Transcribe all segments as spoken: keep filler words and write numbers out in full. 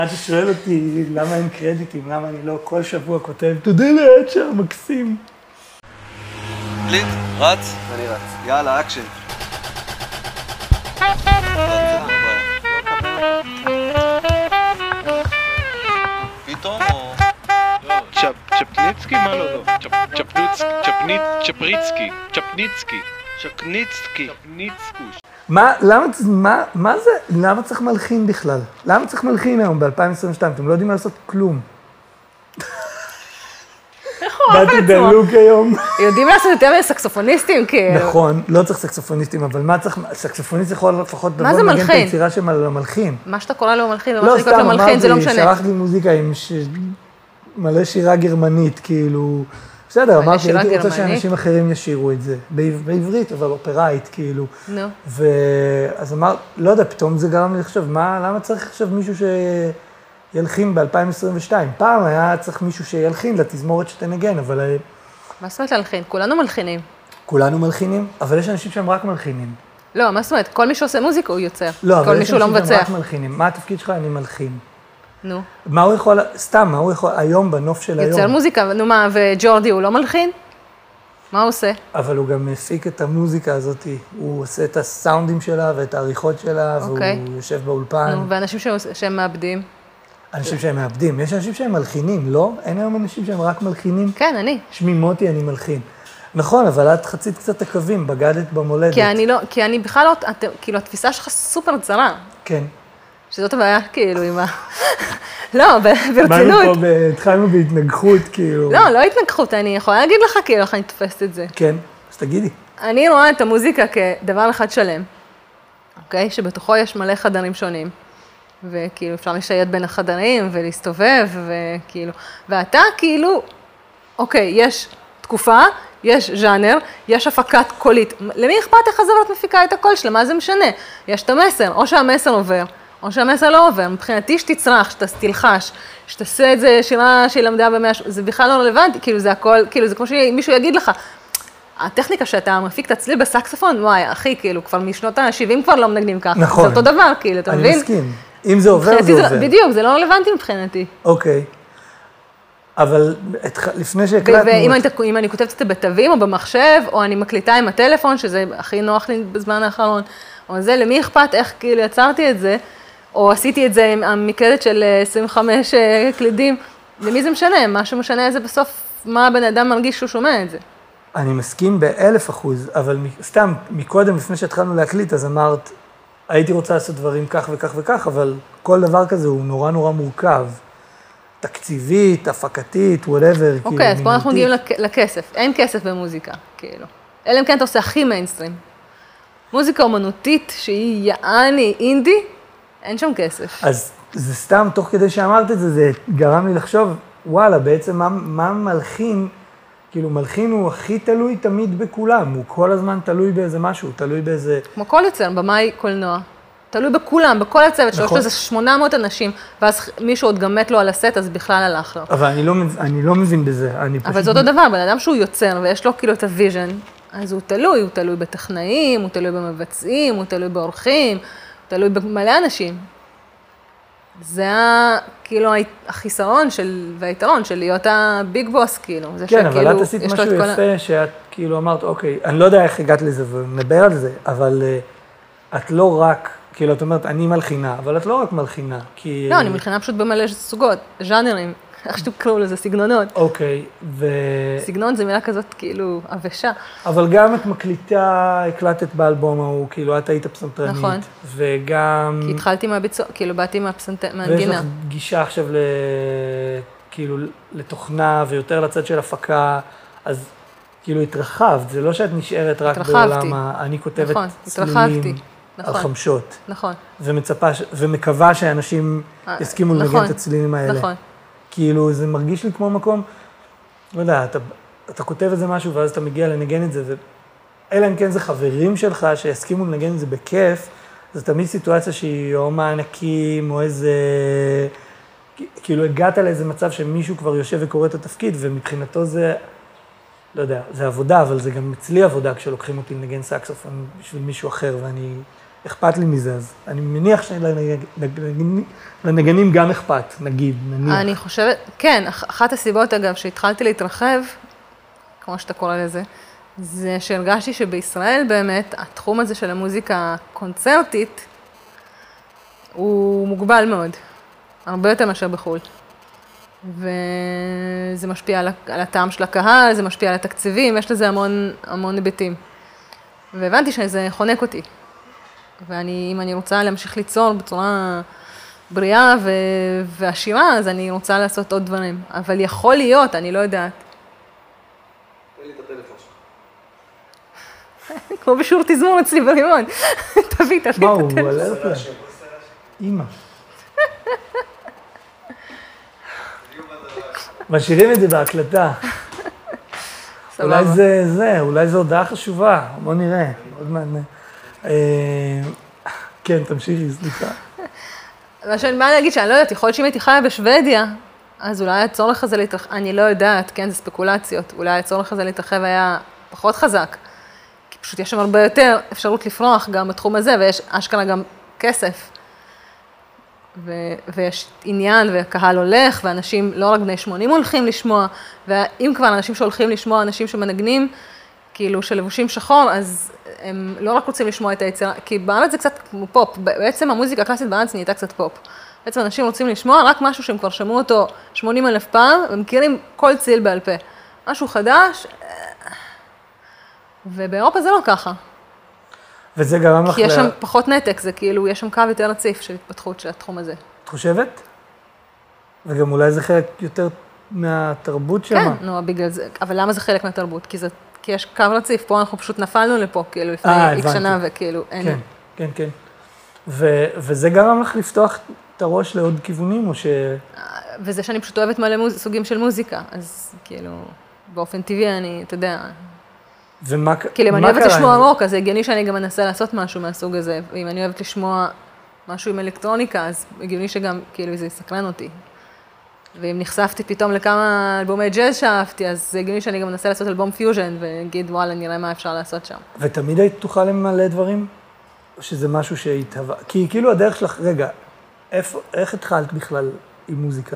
אתה שואל אותי למה אין קרדיטים, למה אני לא כל שבוע כותב, תודה לאט שם, מקסים. קליט, רץ? אני רץ. יאללה, אקשן. פתאום או... צ'פניצקי? מה לא לא? צ'פריצקי, צ'פניצקי, צ'פניצקי, צ'פניצקוש. מה, למה, מה, מה זה, למה צריך מלחין בכלל? למה צריך מלחין היום ב-אלפיים עשרים ושתיים? אתם לא יודעים לעשות כלום. באתי בלוק היום. יודעים לעשות יותר מסקסופוניסטים, כאילו. נכון, לא צריך סקסופוניסטים, אבל מה צריך, סקסופוניסט יכול לפחות מה זה מלחין? את היצירה של המלחין. מה שאתה קורא לו מלחין, ומה שקורא לו מלחין, זה לא משנה. שלחתי מוזיקה עם מלא שירה גרמנית, כאילו... בסדר, אמרתי, הייתי רוצה שאנשים אחרים ישירו את זה, בעברית, אבל אופראית, כאילו. נו. ואז אמר, לא יודע, פתאום זה גרם לי לחשוב, מה, למה צריך עכשיו מישהו שילחין ב-אלפיים עשרים ושתיים? פעם היה צריך מישהו שילחין לתזמורת שתנגן, אבל... מה זאת אומרת להלחין? כולנו מלחינים. כולנו מלחינים, אבל יש אנשים שהם רק מלחינים. לא, מה זאת אומרת? כל מי שעושה מוזיקה הוא יוצר. לא, אבל יש אנשים שהם רק מלחינים. מה התפקיד שלך? אני מלחין. נו. מה הוא יכול, סתם, מה הוא יכול, היום, בנוף של היום? יוצר מוזיקה, נו מה, וג'ורדי הוא לא מלחין? מה הוא עושה? אבל הוא גם מפיק את המוזיקה הזאת, הוא עושה את הסאונדים שלה ואת העריכות שלה, והוא יושב באולפן. נו, ואנשים שהם מאבדים? אנשים שהם מאבדים. יש אנשים שהם מלחינים, לא? אין היום אנשים שהם רק מלחינים? כן, אני. שמי מוטי, אני מלחין. נכון, אבל את חצית קצת את הקווים, בגדת במולדת. כי אני לא, כי אני בכלל לא, כאילו, התפיסה שלך סופר צרה. כן. שזאת הבעיה, כאילו, עם ה... לא, ברצינות. באנו פה, התחלנו בהתנגחות, כאילו. לא, לא התנגחות, אני יכולה להגיד לך, כאילו, איך אני תופסת את זה. כן, אז תגידי. אני רואה את המוזיקה כדבר אחד שלם, אוקיי? שבתוכו יש מלא חדרים שונים, וכאילו, אפשר לשייט בין החדרים ולהסתובב, וכאילו, ואתה, כאילו, אוקיי, יש תקופה, יש ז'אנר, יש הפקת קולית. למי אכפת איך הזרת מפיקה את הקול שלה? מה זה משנה? יש את המסר, או שהמסר עובר, או שהמסר לא עובר. מבחינתי שתצרח, שתלחש, שתעשה את זה שירה שהיא למדה במאה, זה בכלל לא רלוונטי, כאילו זה הכל, כאילו זה כמו שמישהו יגיד לך, הטכניקה שאתה מפיק את הצליל בסקסופון, וואי, אחי, כאילו, כבר משנות ה-שבעים כבר לא מנגנים ככה. נכון. זה אותו דבר, כאילו, אתה מבין? אני מסכים. אם זה עובר, זה עובר. בדיוק, זה לא רלוונטי מבחינתי. אוקיי. אבל לפני שהקלטנו... ואם אני כותבת את זה בתווים או במחשב, או אני מקליטה עם הטלפון, שזה הכי נוח לי בזמן האחרון, או זה, למי אכפת איך כאילו יצרתי את זה, או עשיתי את זה עם המקלדת של עשרים וחמש קלידים, למי זה משנה? מה שמשנה זה בסוף, מה הבן אדם מרגיש שהוא שומע את זה. אני מסכים באלף אחוז, אבל סתם, מקודם, לפני שהתחלנו להקליט, אז אמרת, הייתי רוצה לעשות דברים כך וכך וכך, אבל כל דבר כזה הוא נורא נורא מורכב. תקציבית, הפקתית, whatever. אוקיי, אז פה אנחנו מגיעים לכסף. אין כסף במוזיקה, כאילו. אלא אם כן אתה עושה הכי מיינסטרים. מוזיקה אומנותית שהיא יעני אינדי, אין שם כסף. אז זה סתם, תוך כדי שאמרת את זה, זה גרם לי לחשוב, וואלה, בעצם מה, מה מלחין, כאילו מלחין הוא הכי תלוי תמיד בכולם, הוא כל הזמן תלוי באיזה משהו, הוא תלוי באיזה... כמו כל יוצר, במאי קולנוע. תלוי בכולם, בכל הצוות שלו, יש לו איזה שמונה מאות אנשים, ואז מישהו עוד גם מת לו על הסט, אז בכלל הלך לו. אבל אני לא, אני לא מבין בזה, אני פשוט... אבל זה אותו דבר, בן אדם שהוא יוצר, ויש לו כאילו את הוויז'ן, אז הוא תלוי, הוא תלוי בטכנאים, הוא תלוי במבצעים, הוא תלוי באורחים, הוא תלוי במלא אנשים. זה כאילו החיסרון של, והיתרון של להיות הביג בוס, כאילו. כן, אבל את עשית משהו יפה, שאת כאילו אמרת, אוקיי, אני לא יודע איך הגעת לזה, ונדבר על זה, אבל את לא רק... כאילו, את אומרת, אני מלחינה, אבל את לא רק מלחינה, כי... לא, אני מלחינה פשוט במלא סוגות, ז'אנרים, איך שתקראו לזה, סגנונות. אוקיי, ו... סגנון זה מילה כזאת, כאילו, אבשה. אבל גם את מקליטה, הקלטת באלבום ההוא, כאילו, את היית פסנתרנית. נכון. וגם... כי התחלתי מהביצוע, כאילו, באתי מהפסנתרנית, ויש לך גישה עכשיו ל... כאילו, לתוכנה, ויותר לצד של הפקה, אז כאילו, התרחבת, זה לא שאת נשארת רק בעולם, אני כותבת צלילים. נכון. על חמשות. נכון. ומצפה, ומקווה שאנשים יסכימו נכון, לנגן את הצלילים האלה. נכון. כאילו, זה מרגיש לי כמו מקום, לא יודע, אתה, אתה כותב איזה משהו, ואז אתה מגיע לנגן את זה, ו... אלא אם כן זה חברים שלך שיסכימו לנגן את זה בכיף, זה תמיד סיטואציה שהיא או מענקים, או איזה... כאילו, הגעת לאיזה מצב שמישהו כבר יושב וקורא את התפקיד, ומבחינתו זה... לא יודע, זה עבודה, אבל זה גם אצלי עבודה כשלוקחים אותי לנגן סקסופון בשביל מישהו אחר, ואני אכפת לי מזה, אז אני מניח שלנגנים גם אכפת, נגיד, נניח. אני חושבת, כן, אחת הסיבות אגב שהתחלתי להתרחב, כמו שאתה קורא לזה, זה שהרגשתי שבישראל באמת, התחום הזה של המוזיקה הקונצרטית, הוא מוגבל מאוד, הרבה יותר מאשר בחו"ל. וזה משפיע על, על הטעם של הקהל, זה משפיע על התקציבים, יש לזה המון, המון היבטים. והבנתי שזה חונק אותי. ואני, אם אני רוצה להמשיך ליצור בצורה בריאה ו, ועשירה, אז אני רוצה לעשות עוד דברים. אבל יכול להיות, אני לא יודעת. תן לי את הטלפון שלך. כמו בשיעור תזמור אצלי ברימון. תביא, תביא את מה, הוא הטלפון. עלה לך? אמא. משאירים את זה בהקלטה. אולי זה, זה, אולי זו הודעה חשובה, בוא נראה, מאוד מעניין. כן, תמשיכי, סליחה. מה שאני באה להגיד שאני לא יודעת, יכול להיות שאם הייתי חיה בשוודיה, אז אולי הצורך הזה להתרחב, אני לא יודעת, כן, זה ספקולציות, אולי הצורך הזה להתרחב היה פחות חזק, כי פשוט יש שם הרבה יותר אפשרות לפרוח גם בתחום הזה, ויש אשכרה גם כסף. ו- ויש עניין, והקהל הולך, ואנשים לא רק בני שמונים הולכים לשמוע, ואם כבר אנשים שהולכים לשמוע, אנשים שמנגנים, כאילו שלבושים שחור, אז הם לא רק רוצים לשמוע את היצירה, כי בארץ זה קצת כמו פופ, בעצם המוזיקה הקלאסית בארץ נהייתה קצת פופ. בעצם אנשים רוצים לשמוע רק משהו שהם כבר שמעו אותו שמונים אלף פעם, ומכירים כל ציל בעל פה. משהו חדש, ובאירופה זה לא ככה. וזה גרם לך... כי יש שם פחות נתק, זה כאילו, יש שם קו יותר רציף של התפתחות של התחום הזה. את חושבת? וגם אולי זה חלק יותר מהתרבות שמה. כן, נו, בגלל זה, אבל למה זה חלק מהתרבות? כי זה, כי יש קו רציף, פה אנחנו פשוט נפלנו לפה, כאילו, לפני איקס שנה, וכאילו, אין... כן, כן, כן. ו- וזה גרם לך לפתוח את הראש לעוד כיוונים, או ש... וזה שאני פשוט אוהבת מלא מוז... סוגים של מוזיקה, אז כאילו, באופן טבעי אני, אתה יודע... ומה קרה? כאילו, אם אני אוהבת לשמוע רוק, אז זה הגיוני שאני גם אנסה לעשות משהו מהסוג הזה, ואם אני אוהבת לשמוע משהו עם אלקטרוניקה, אז הגיוני שגם, כאילו, זה יסקרן אותי. ואם נחשפתי פתאום לכמה אלבומי ג'אז שאהבתי, אז זה הגיוני שאני גם אנסה לעשות אלבום פיוז'ן, ואגיד, וואלה, נראה מה אפשר לעשות שם. ותמיד היית תוכל למלא דברים? או שזה משהו שהתהווה? כי כאילו הדרך שלך, רגע, איפה, איך התחלת בכלל עם מוזיקה?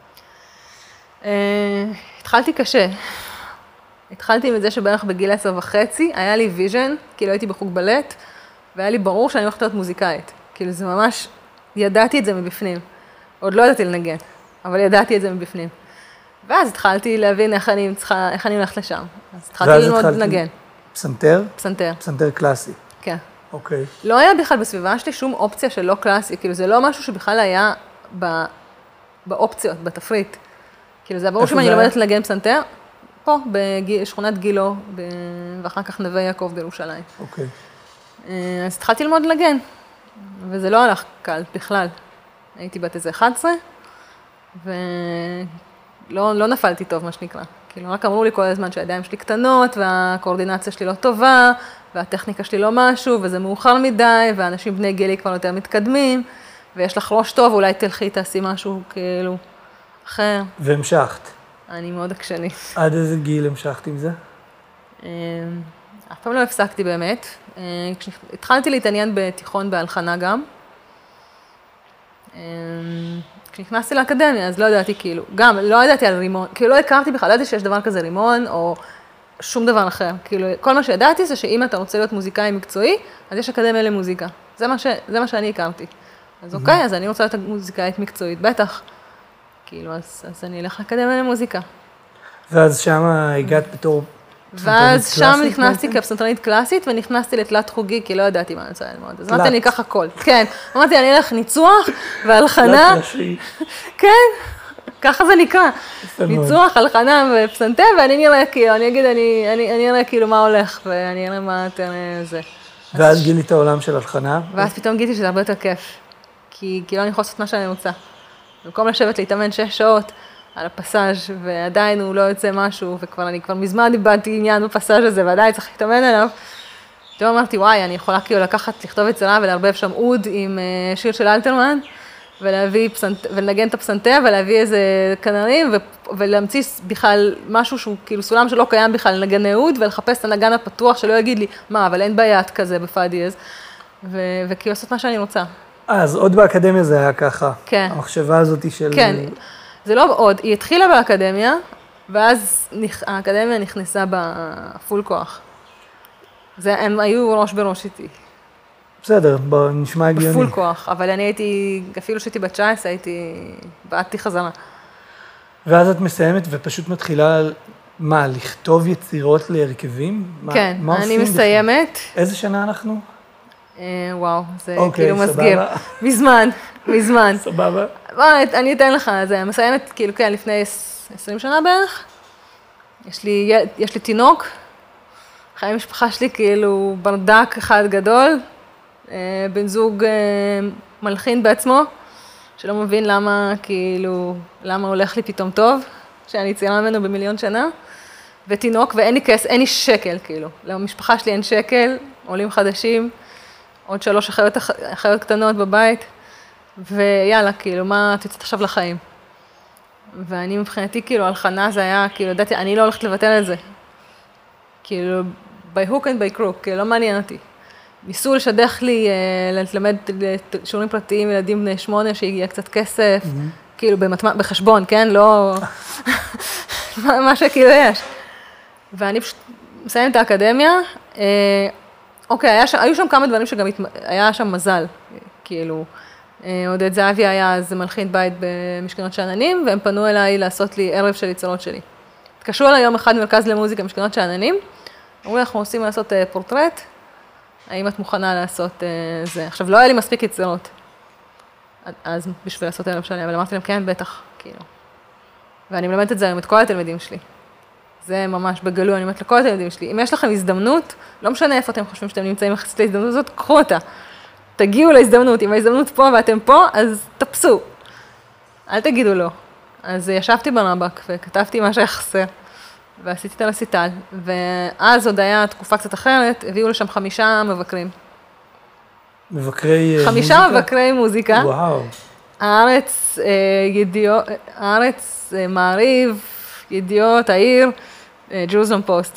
התחלתי קשה. התחלתי עם זה שבערך בגיל עשר וחצי, היה לי ויז'ן, כאילו הייתי בחוג בלט, והיה לי ברור שאני הולכת להיות מוזיקאית. כאילו זה ממש, ידעתי את זה מבפנים. עוד לא ידעתי לנגן, אבל ידעתי את זה מבפנים. ואז התחלתי להבין איך אני צריכה, איך אני הולכת לשם. אז התחלתי ללמוד לנגן. פסנתר? פסנתר. פסנתר קלאסי. כן. אוקיי. לא היה בכלל בסביבה שלי שום אופציה של לא קלאסי, כאילו זה לא משהו שבכלל היה ב, באופציות, בתפריט. כאילו זה ברור שאם אני לומדת לנגן פסנתר, פה, בשכונת גילו, ואחר כך נווה יעקב בירושלים. אוקיי. אז התחלתי ללמוד לנגן, וזה לא הלך קל בכלל. הייתי בת איזה אחת עשרה, ולא לא נפלתי טוב, מה שנקרא. כאילו, רק אמרו לי כל הזמן שהידיים שלי קטנות, והקואורדינציה שלי לא טובה, והטכניקה שלי לא משהו, וזה מאוחר מדי, ואנשים בני גילי כבר יותר מתקדמים, ויש לך ראש טוב, אולי תלכי, תעשי משהו כאילו אחר. והמשכת. אני מאוד עקשני. עד איזה גיל המשכת עם זה? אף פעם לא הפסקתי באמת. התחלתי להתעניין בתיכון בהלחנה גם. כשנכנסתי לאקדמיה, אז לא ידעתי כאילו, גם לא ידעתי על רימון, כאילו לא הכרתי בכלל, לא ידעתי שיש דבר כזה רימון או שום דבר אחר. כאילו, כל מה שידעתי זה שאם אתה רוצה להיות מוזיקאי מקצועי, אז יש אקדמיה למוזיקה. זה מה, ש... זה מה שאני הכרתי. אז אוקיי, אז אני רוצה להיות מוזיקאית מקצועית, בטח. כאילו, אז, אז אני אלך לאקדמיה למוזיקה. ואז שם הגעת בתור פסנתרנית ואז קלאסית? שם נכנסתי כפסנתרנית קלאסית, ונכנסתי לתלת חוגי, כי לא ידעתי מה אני רוצה ללמוד. אז אמרתי, אני אקח הכל. כן, אמרתי, אני אלך ניצוח והלחנה. כן, ככה זה נקרא. ניצוח, הלחנה ופסנתר, ואני נראה כאילו, אני אגיד, אני, אני, אני אראה כאילו מה הולך, ואני אראה מה יותר זה. ואז גילית העולם של הלחנה? ואז פתאום גיליתי שזה הרבה יותר כיף. כי כאילו אני יכולה לעשות מה שאני רוצה. במקום לשבת להתאמן שש שעות על הפסאז' ועדיין הוא לא יוצא משהו, וכבר אני כבר מזמן איבדתי עניין בפסאז' הזה, ועדיין צריך להתאמן עליו. פתאום אמרתי, וואי, אני יכולה כאילו לקחת, לכתוב יצירה ולערבב שם אוד עם שיר של אלתרמן, ולהביא פסנתר, ולנגן את הפסנתר, ולהביא איזה כנרים, ולהמציא בכלל משהו שהוא כאילו סולם שלא קיים בכלל, לנגן אוד, ולחפש את הנגן הפתוח שלא יגיד לי, מה, אבל אין בעיית כזה בפאדיאז. ו- וכאילו לעשות מה שאני רוצה. אז עוד באקדמיה זה היה ככה. כן. המחשבה הזאת היא של... כן, זה לא עוד, היא התחילה באקדמיה, ואז נכ- האקדמיה נכנסה בפול כוח. זה, הם היו ראש בראש איתי. בסדר, בוא, נשמע הגיוני. בפול כוח, אבל אני הייתי, אפילו שהייתי בת תשע עשרה, הייתי, בעטתי חזרה. ואז את מסיימת ופשוט מתחילה, מה, לכתוב יצירות להרכבים? מה, כן, מה אני עושים מסיימת. בכלל? איזה שנה אנחנו? אה, וואו, זה אוקיי, כאילו מסגיר. סבבה. מזמן, מזמן. סבבה. בוא, אני אתן לך, זה מסיימת, כאילו, כן, לפני עשרים שנה בערך. יש לי, יל- יש לי תינוק, חיי המשפחה שלי כאילו ברדק אחד גדול, אה, בן זוג אה, מלחין בעצמו, שלא מבין למה, כאילו, למה הולך לי פתאום טוב, שאני צעירה ממנו במיליון שנה, ותינוק, ואין לי כס, אין לי שקל, כאילו. למשפחה שלי אין שקל, עולים חדשים, עוד שלוש אחיות, אחיות קטנות בבית, ויאללה, כאילו, מה את יוצאת עכשיו לחיים? ואני מבחינתי, כאילו, הלחנה זה היה, כאילו, ידעתי, אני לא הולכת לבטל את זה. כאילו, by hook and by crook, כאילו, לא מעניין אותי. ניסו לשדך לי, אה, ללמד שיעורים פרטיים, ילדים בני שמונה, שיגיע קצת כסף, mm-hmm. כאילו, במתמ... בחשבון, כן? לא... מה, מה שכאילו יש. ואני פשוט מסיימת את האקדמיה, אה, אוקיי, היה ש... היו שם כמה דברים שגם הת... היה שם מזל, כאילו, עודד זהבי היה אז מלחין בית במשכנות שאננים, והם פנו אליי לעשות לי ערב של יצירות שלי. התקשרו אליי יום אחד מרכז למוזיקה משכנות שאננים, אמרו לי, אנחנו עושים לעשות פורטרט, האם את מוכנה לעשות זה? עכשיו, לא היה לי מספיק יצירות, אז בשביל לעשות ערב שלי, אבל אמרתי להם, כן, בטח, כאילו. ואני מלמדת את זה היום, את כל התלמידים שלי. זה ממש בגלוי, אני אומרת לכל התלמידים שלי. אם יש לכם הזדמנות, לא משנה איפה אתם חושבים שאתם נמצאים מחצית להזדמנות הזאת, קחו אותה. תגיעו להזדמנות, אם ההזדמנות פה ואתם פה, אז תפסו. אל תגידו לא. אז ישבתי ברבק וכתבתי מה שהיה חסר, ועשיתי את הרסיטל, ואז עוד היה תקופה קצת אחרת, הביאו לשם חמישה מבקרים. מבקרי חמישה מוזיקה? מבקרי מוזיקה. וואו. הארץ, ידיעות, הארץ, מעריב, ידיעות, העיר, ג'רוזלם פוסט.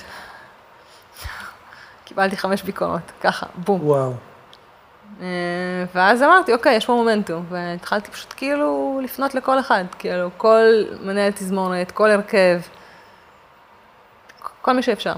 קיבלתי חמש ביקורות, ככה, בום. וואו. ואז אמרתי, אוקיי, יש פה מומנטום, והתחלתי פשוט כאילו לפנות לכל אחד, כאילו, כל מנהל תזמורת, כל הרכב, כל מי שאפשר.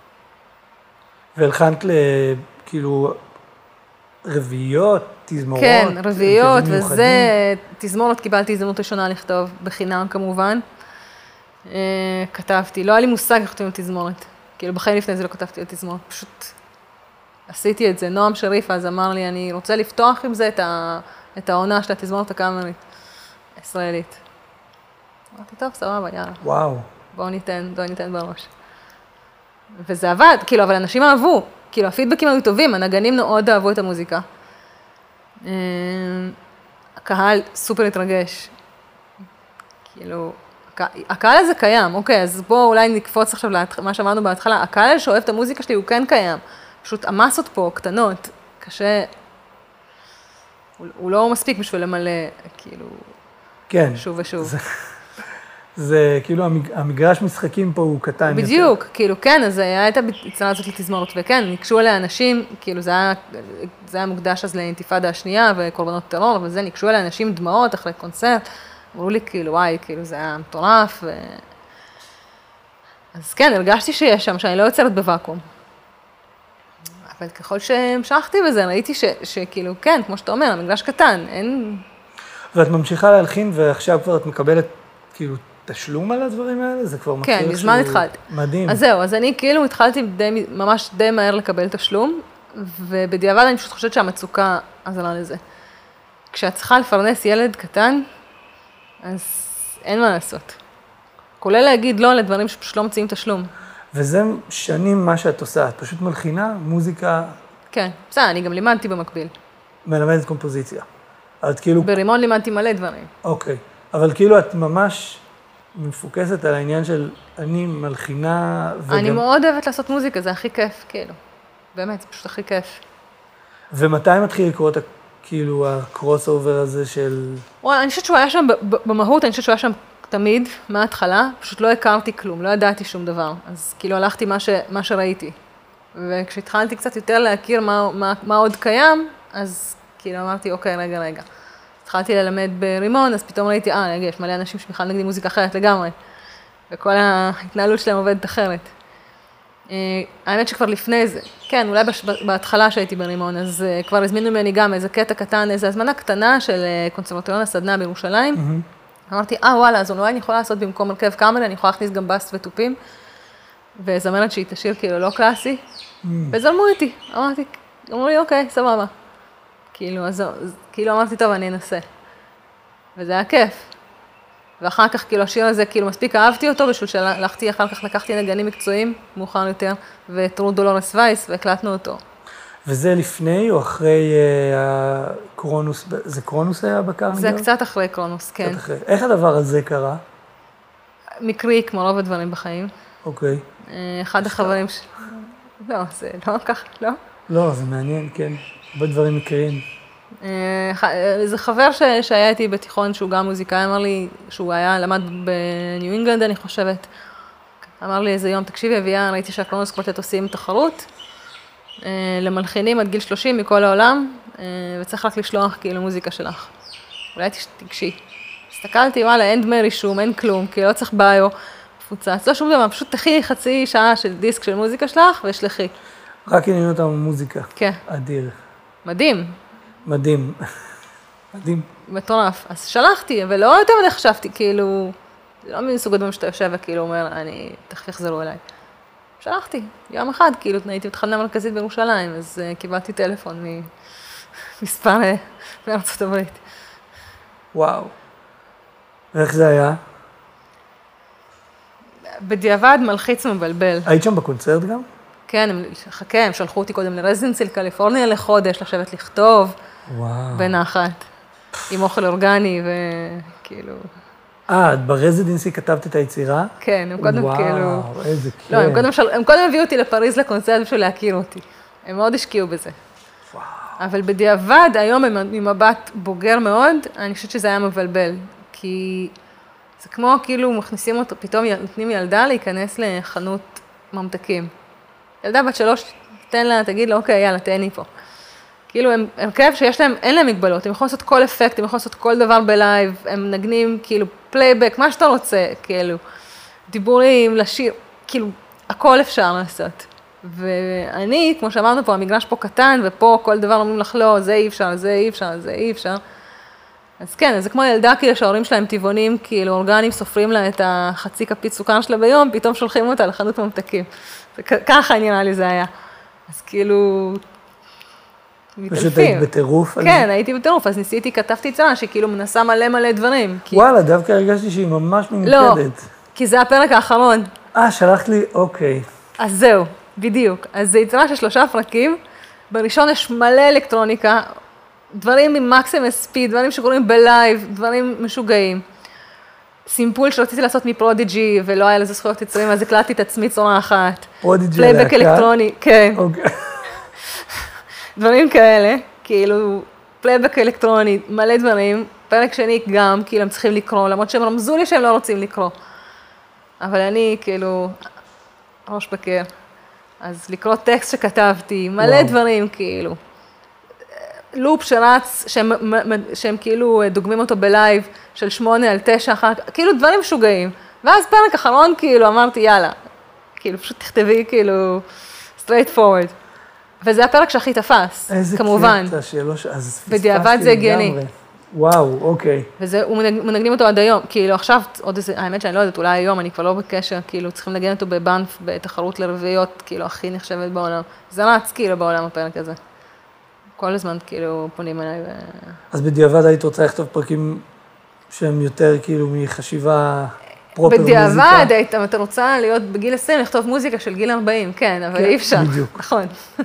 והלחנת לכאילו רביעיות, תזמורות? כן, רביעיות, הרכבים וזה, מיוחדים? תזמורת קיבלתי הזדמנות ראשונה לכתוב, בחינם כמובן. כתבתי, לא היה לי מושג איך כותבים תזמורת, כאילו בחיים לפני זה לא כתבתי על תזמורת, פשוט עשיתי את זה. נועם שריף אז אמר לי, אני רוצה לפתוח עם זה את, ה, את העונה של התזמורת הקאמרית, הישראלית. אמרתי, טוב, סבבה, יאללה. וואו. בואו ניתן, בואו ניתן בראש. וזה עבד, כאילו, אבל אנשים אהבו, כאילו, הפידבקים היו טובים, הנגנים מאוד אהבו את המוזיקה. הקהל סופר התרגש. כאילו, הקהל הזה קיים, אוקיי, אז בואו אולי נקפוץ עכשיו למה שאמרנו בהתחלה, הקהל שאוהב את המוזיקה שלי הוא כן קיים, פשוט המסות פה קטנות, קשה, הוא, הוא לא מספיק בשביל למלא, כאילו, כן. שוב ושוב. זה, זה כאילו המג, המגרש משחקים פה הוא קטן יותר. בדיוק, כאילו כן, אז היה את היצירה הזאת לתזמורת, וכן, ניגשו אליה אנשים, כאילו זה היה, זה היה מוקדש אז לאינתיפאדה השנייה וקורבנות טרור, וזה, ניגשו אליה אנשים דמעות אחרי קונצרט, אמרו לי כאילו, וואי, כאילו זה היה מטורף, ו... אז כן, הרגשתי שיש שם, שאני לא יוצרת בוואקום. אבל ככל שהמשכתי בזה, ראיתי ש, שכאילו, כן, כמו שאתה אומר, המגרש קטן, אין... ואת ממשיכה להלחין, ועכשיו כבר את מקבלת כאילו תשלום על הדברים האלה? זה כבר כן, מכיר מזמן שהוא התחלתי. מדהים. אז זהו, אז אני כאילו התחלתי די, ממש די מהר לקבל תשלום, ובדיעבד אני פשוט חושבת שהמצוקה עזרה לזה. כשאת צריכה לפרנס ילד קטן, אז אין מה לעשות. כולל להגיד לא לדברים שפשוט לא מציעים תשלום. וזה שנים מה שאת עושה, את פשוט מלחינה, מוזיקה, כן, בסדר, אני גם לימדתי במקביל. מלמדת קומפוזיציה. את כאילו, ברימון לימדתי מלא דברים. אוקיי, אבל כאילו את ממש מפוקסת על העניין של אני מלחינה וגם... אני מאוד אוהבת לעשות מוזיקה, זה הכי כיף, כאילו. באמת, זה פשוט הכי כיף. ומתי מתחיל לקרות כאילו הקרוס אובר הזה של... וואי, אני חושבת שהוא היה שם, במהות, אני חושבת שהוא היה שם תמיד, מההתחלה, פשוט לא הכרתי כלום, לא ידעתי שום דבר. אז כאילו הלכתי מה, ש, מה שראיתי. וכשהתחלתי קצת יותר להכיר מה, מה, מה עוד קיים, אז כאילו אמרתי, אוקיי, רגע, רגע. התחלתי ללמד ברימון, אז פתאום ראיתי, אה, רגע, יש מלא אנשים שבכלל נגדים מוזיקה אחרת לגמרי. וכל ההתנהלות שלהם עובדת אחרת. האמת שכבר לפני זה, כן, אולי בהתחלה שהייתי ברימון, אז כבר הזמינו ממני גם איזה קטע קטן, איזו הזמנה קטנה של קונסרבטוריון הסדנה בירושלים. אמרתי, אה, וואלה, אז אולי אני יכולה לעשות במקום הרכב קאמרי, אני יכולה להכניס גם בסט ותופים, וזמרת שהיא תשאיר כאילו לא קלאסי, וזלמו איתי. אמרתי, אמרו לי, אוקיי, סבבה. כאילו, אז כאילו אמרתי, טוב, אני אנסה. וזה היה כיף. ואחר כך, כאילו, השיר הזה, כאילו, מספיק אהבתי אותו, בשביל שהלכתי, אחר כך לקחתי נגנים מקצועיים, מאוחר יותר, וטרו דולורס וייס, והקלטנו אותו. וזה לפני או אחרי אה, קרונוס, זה קרונוס היה בקרניגל? זה קצת אחרי קרונוס, כן. קצת אחרי. איך הדבר הזה קרה? מקרי, כמו רוב הדברים בחיים. אוקיי. אחד החברים ש... לא, זה לא כך, לא? לא, זה מעניין, כן. הרבה דברים מקריים. זה חבר ש... שהיה איתי בתיכון, שהוא גם מוזיקאי, אמר לי, שהוא היה, למד בניו אינגלנד, אני חושבת. אמר לי איזה יום, תקשיבי, אביה, ראיתי שהקרונוס קוורטט עושים תחרות, למלחינים עד גיל שלושים מכל העולם, וצריך רק לשלוח כאילו מוזיקה שלך. אולי תקשי. הסתכלתי, וואלה, אין דמי רישום, אין כלום, כי לא צריך ביו, מפוצץ, לא שום דבר, פשוט תכי חצי שעה של דיסק של מוזיקה שלך, ושלחי. רק עניין אותם במוזיקה. כן. אדיר. מדהים. מדהים. מדהים. מטורף. אז שלחתי, אבל לא יותר מדי חשבתי, כאילו, לא מסוג הדברים שאתה יושב וכאילו אומר, אני, תכף יחזרו אליי. שלחתי, יום אחד, כאילו, הייתי בתחנה מרכזית בירושלים, אז uh, קיבלתי טלפון ממספר מארצות הברית. וואו. ואיך זה היה? בדיעבד מלחיץ מבלבל. היית שם בקונצרט גם? כן, הם, חכה, הם שלחו אותי קודם לרזידנסיל, קליפורניה לחודש, לשבת לכתוב. וואו. בנחת, עם אוכל אורגני וכאילו... אה, את ברזידנסי כתבת את היצירה? כן, הם קודם וואו, כאילו... וואו, איזה כיף. לא, הם קודם, של... הם קודם הביאו אותי לפריז לקונצרט בשביל להכיר אותי. הם מאוד השקיעו בזה. וואו. אבל בדיעבד, היום ממבט בוגר מאוד, אני חושבת שזה היה מבלבל. כי זה כמו כאילו מכניסים אותו, פתאום נותנים ילדה להיכנס לחנות ממתקים. ילדה בת שלוש, תן לה, תגיד לה, אוקיי, יאללה, תן לי פה. כאילו, הם, הם כאב שיש להם, אין להם מגבלות, הם יכולים לעשות כל אפקט, הם יכולים לעשות כל דבר בלייב, הם נגנים, כאילו, פלייבק, מה שאתה רוצה, כאילו, דיבורים, לשיר, כאילו, הכל אפשר לעשות. ואני, כמו שאמרנו פה, המגרש פה קטן, ופה כל דבר אומרים לך, לא, זה אי אפשר, זה אי אפשר, זה אי אפשר. אז כן, זה כמו ילדה, כאילו, שההורים שלהם טבעונים, כאילו, אורגנים סופרים לה את החצי כפית סוכר שלה ביום, פתאום שולחים אותה לחנות ממתקים. ככה נראה לי זה היה. אז כאילו... פשוט היית בטירוף? כן, הייתי בטירוף, אז ניסיתי, כתבתי צרה שכאילו מנסה מלא מלא דברים. וואלה, דווקא הרגשתי שהיא ממש ממוקדת. לא, כי זה הפרק האחרון. אה, שלחת לי, אוקיי. אז זהו, בדיוק. אז זה יצירה של שלושה פרקים, בראשון יש מלא אלקטרוניקה, דברים עם מקסימום ספיד, דברים שקוראים בלייב, דברים משוגעים. סימפול שרציתי לעשות מפרודיג'י, ולא היה לזה זכויות יצרים, אז הקלטתי את עצמי צורה אחת. פרודיג'י פלייבק אלקטרוני, כן. אוקיי. דברים כאלה, כאילו, פלייבק אלקטרוני, מלא דברים, פרק שני גם, כאילו, הם צריכים לקרוא, למרות שהם רמזו לי שהם לא רוצים לקרוא. אבל אני, כאילו, ראש בקר. אז לקרוא טקסט שכתבתי, מלא וואו. דברים, כאילו. לופ שרץ, שהם, שהם כאילו דוגמים אותו בלייב, של שמונה על תשע אחר כך, כאילו דברים משוגעים. ואז פרק אחרון, כאילו, אמרתי, יאללה, כאילו, פשוט תכתבי, כאילו, straight forward. וזה הפרק שהכי תפס, כמובן. איזה קטע שלוש, אז בדיעבד זה הגיוני. וואו, אוקיי. וזה, הוא מנגנים אותו עד היום, כאילו עכשיו, עוד איזה, האמת שאני לא יודעת, אולי היום, אני כבר לא בקשר, כאילו צריכים לנגן אותו בבנף, בתחרות לרביעיות, כאילו הכי נחשבת בעולם. זה רץ כאילו בעולם הפרק הזה. כל הזמן כאילו פונים אליי. ו... אז בדיעבד היית רוצה לכתוב פרקים שהם יותר כאילו מחשיבה פרופר מוזיקה? בדיעבד, היית, אם אתה רוצה להיות בגיל עשרים, לכתוב מוזיקה של גיל ארבעים, כן, אבל אי אפשר. בדיוק. נכון.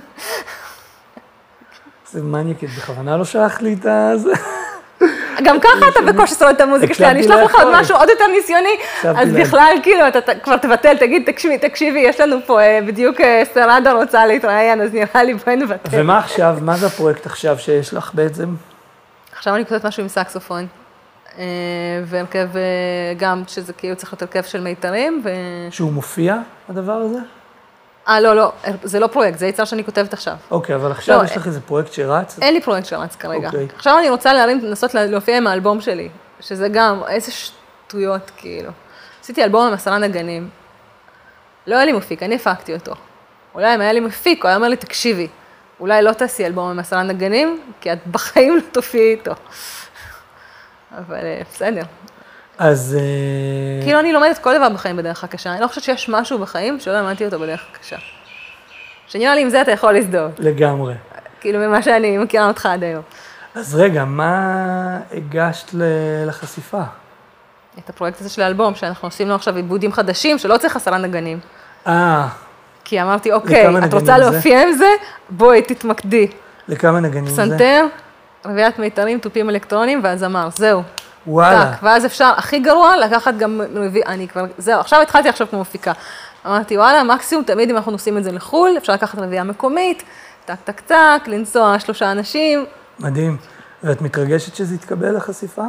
זה מניאקית, בכוונה לא שלח לי את הזה. גם ככה אתה בקושי שונא את המוזיקה שלי, אני אשלח לך עוד משהו עוד יותר ניסיוני, אז בכלל כאילו אתה כבר תבטל, תגיד תקשיבי, יש לנו פה בדיוק סרדה רוצה להתראיין, אז נראה לי בואי נבטל. ומה עכשיו, מה זה הפרויקט עכשיו שיש לך בעצם? עכשיו אני כותבת משהו עם סקסופון, והרכב גם שזה כאילו צריך להיות הרכב של מיתרים. שהוא מופיע, הדבר הזה? אה, לא, לא, זה לא פרויקט, זה יצר שאני כותבת עכשיו. אוקיי, אבל עכשיו לא, יש לך איזה פרויקט שרץ? אין לי פרויקט שרץ כרגע. אוקיי. עכשיו אני רוצה להרים, לנסות להופיע עם האלבום שלי, שזה גם, איזה שטויות, כאילו. עשיתי אלבום עם עשרה נגנים. לא היה לי מפיק, אני הפקתי אותו. אולי אם היה לי מפיק, הוא היה אומר לי, תקשיבי, אולי לא תעשי אלבום עם עשרה נגנים, כי את בחיים לא תופיעי איתו. אבל בסדר. אז... כאילו אני לומדת כל דבר בחיים בדרך הקשה, אני לא חושבת שיש משהו בחיים שלא למדתי אותו בדרך הקשה. שנראה לי עם זה אתה יכול להזדהות. לגמרי. כאילו ממה שאני מכירה אותך עד היום. אז רגע, מה הגשת לחשיפה? את הפרויקט הזה של האלבום, שאנחנו עושים לו עכשיו עיבודים חדשים, שלא צריך עשרה נגנים. אה. כי אמרתי, אוקיי, את רוצה להופיע עם זה? בואי, תתמקדי. לכמה נגנים זה? פסנתר, רביעיית מיתרים, תופים אלקטרונים, והזמר, זהו. וואלה. טק, ואז אפשר, הכי גרוע, לקחת גם רביע, אני כבר, זהו, עכשיו התחלתי עכשיו כמו מפיקה. אמרתי, וואלה, מקסימום, תמיד אם אנחנו נוסעים את זה לחול, אפשר לקחת רביעייה מקומית, טק, טק, טק, לנסוע שלושה אנשים. מדהים. ואת מתרגשת שזה יתקבל לחשיפה?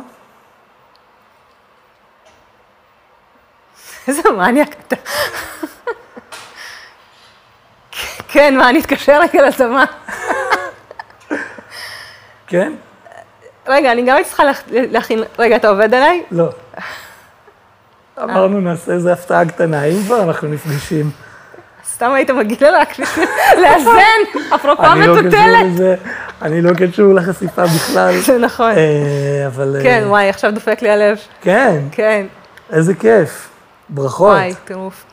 איזה מניאק אתה. כן, מה, אני אתקשר רגע לזמן. כן? רגע, אני גם צריכה להכין, רגע, אתה עובד עליי? לא. אמרנו, נעשה איזו הפתעה קטנה, אם כבר אנחנו נפגשים. סתם היית מגיע רק לאזן, אפרופו המטוטלת. אני לא קשור לחשיפה בכלל. זה נכון. אבל... כן, וואי, עכשיו דופק לי הלב. כן. כן. איזה כיף. ברכות. וואי, טירוף.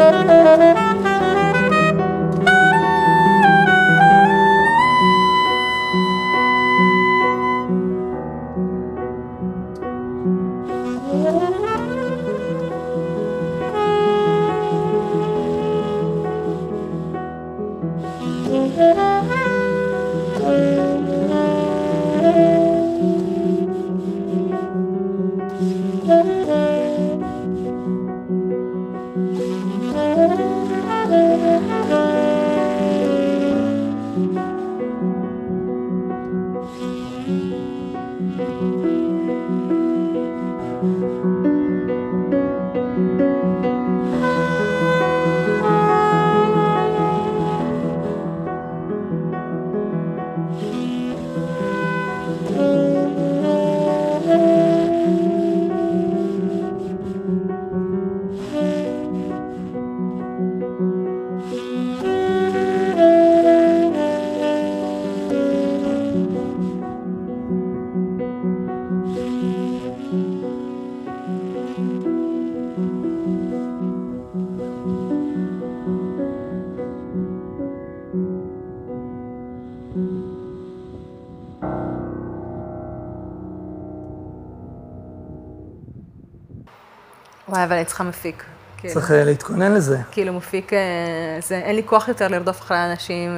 וואי, אבל אני צריכה מפיק. צריך להתכונן לזה. כאילו מפיק, זה, אין לי כוח יותר לרדוף אחרי האנשים.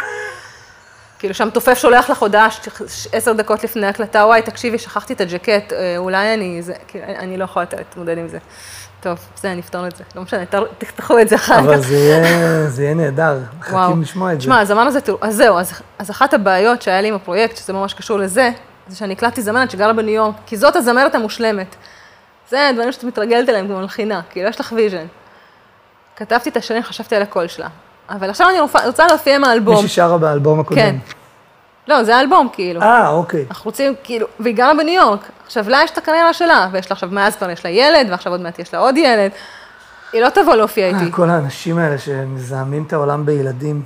כאילו שם תופף שולח לך הודעה עשר דקות לפני הקלטה, וואי, תקשיבי, שכחתי את הג'קט, אולי אני, זה, כאילו, אני לא יכולה להתמודד עם זה. טוב, זה, נפתור את זה. לא משנה, תפתחו את זה אחר כך. אבל זה יהיה, זה יהיה נהדר, מחכים לשמוע את זה. תשמע, הזמן הזה, אז זהו, אז, אז אחת הבעיות שהיה לי עם הפרויקט, שזה ממש קשור לזה, זה שאני הקלטתי זמרת שגרה בניו יורק, כי זאת הזמרת המושלמת. זה דברים שאת מתרגלת אליהם כמו מלחינה, כאילו יש לך ויז'ן. כתבתי את השירים, חשבתי על הקול שלה. אבל עכשיו אני רוצה להופיע עם האלבום. מישהי שרה באלבום הקודם. כן. לא, זה האלבום, כאילו. אה, אוקיי. אנחנו רוצים, כאילו, והיא גרה בניו יורק. עכשיו, לה יש את הקריירה שלה, ויש לה עכשיו, מאז כבר יש לה ילד, ועכשיו עוד מעט יש לה עוד ילד. היא לא תבוא להופיע איתי. כל האנשים האלה שמזהמים את העולם בילדים.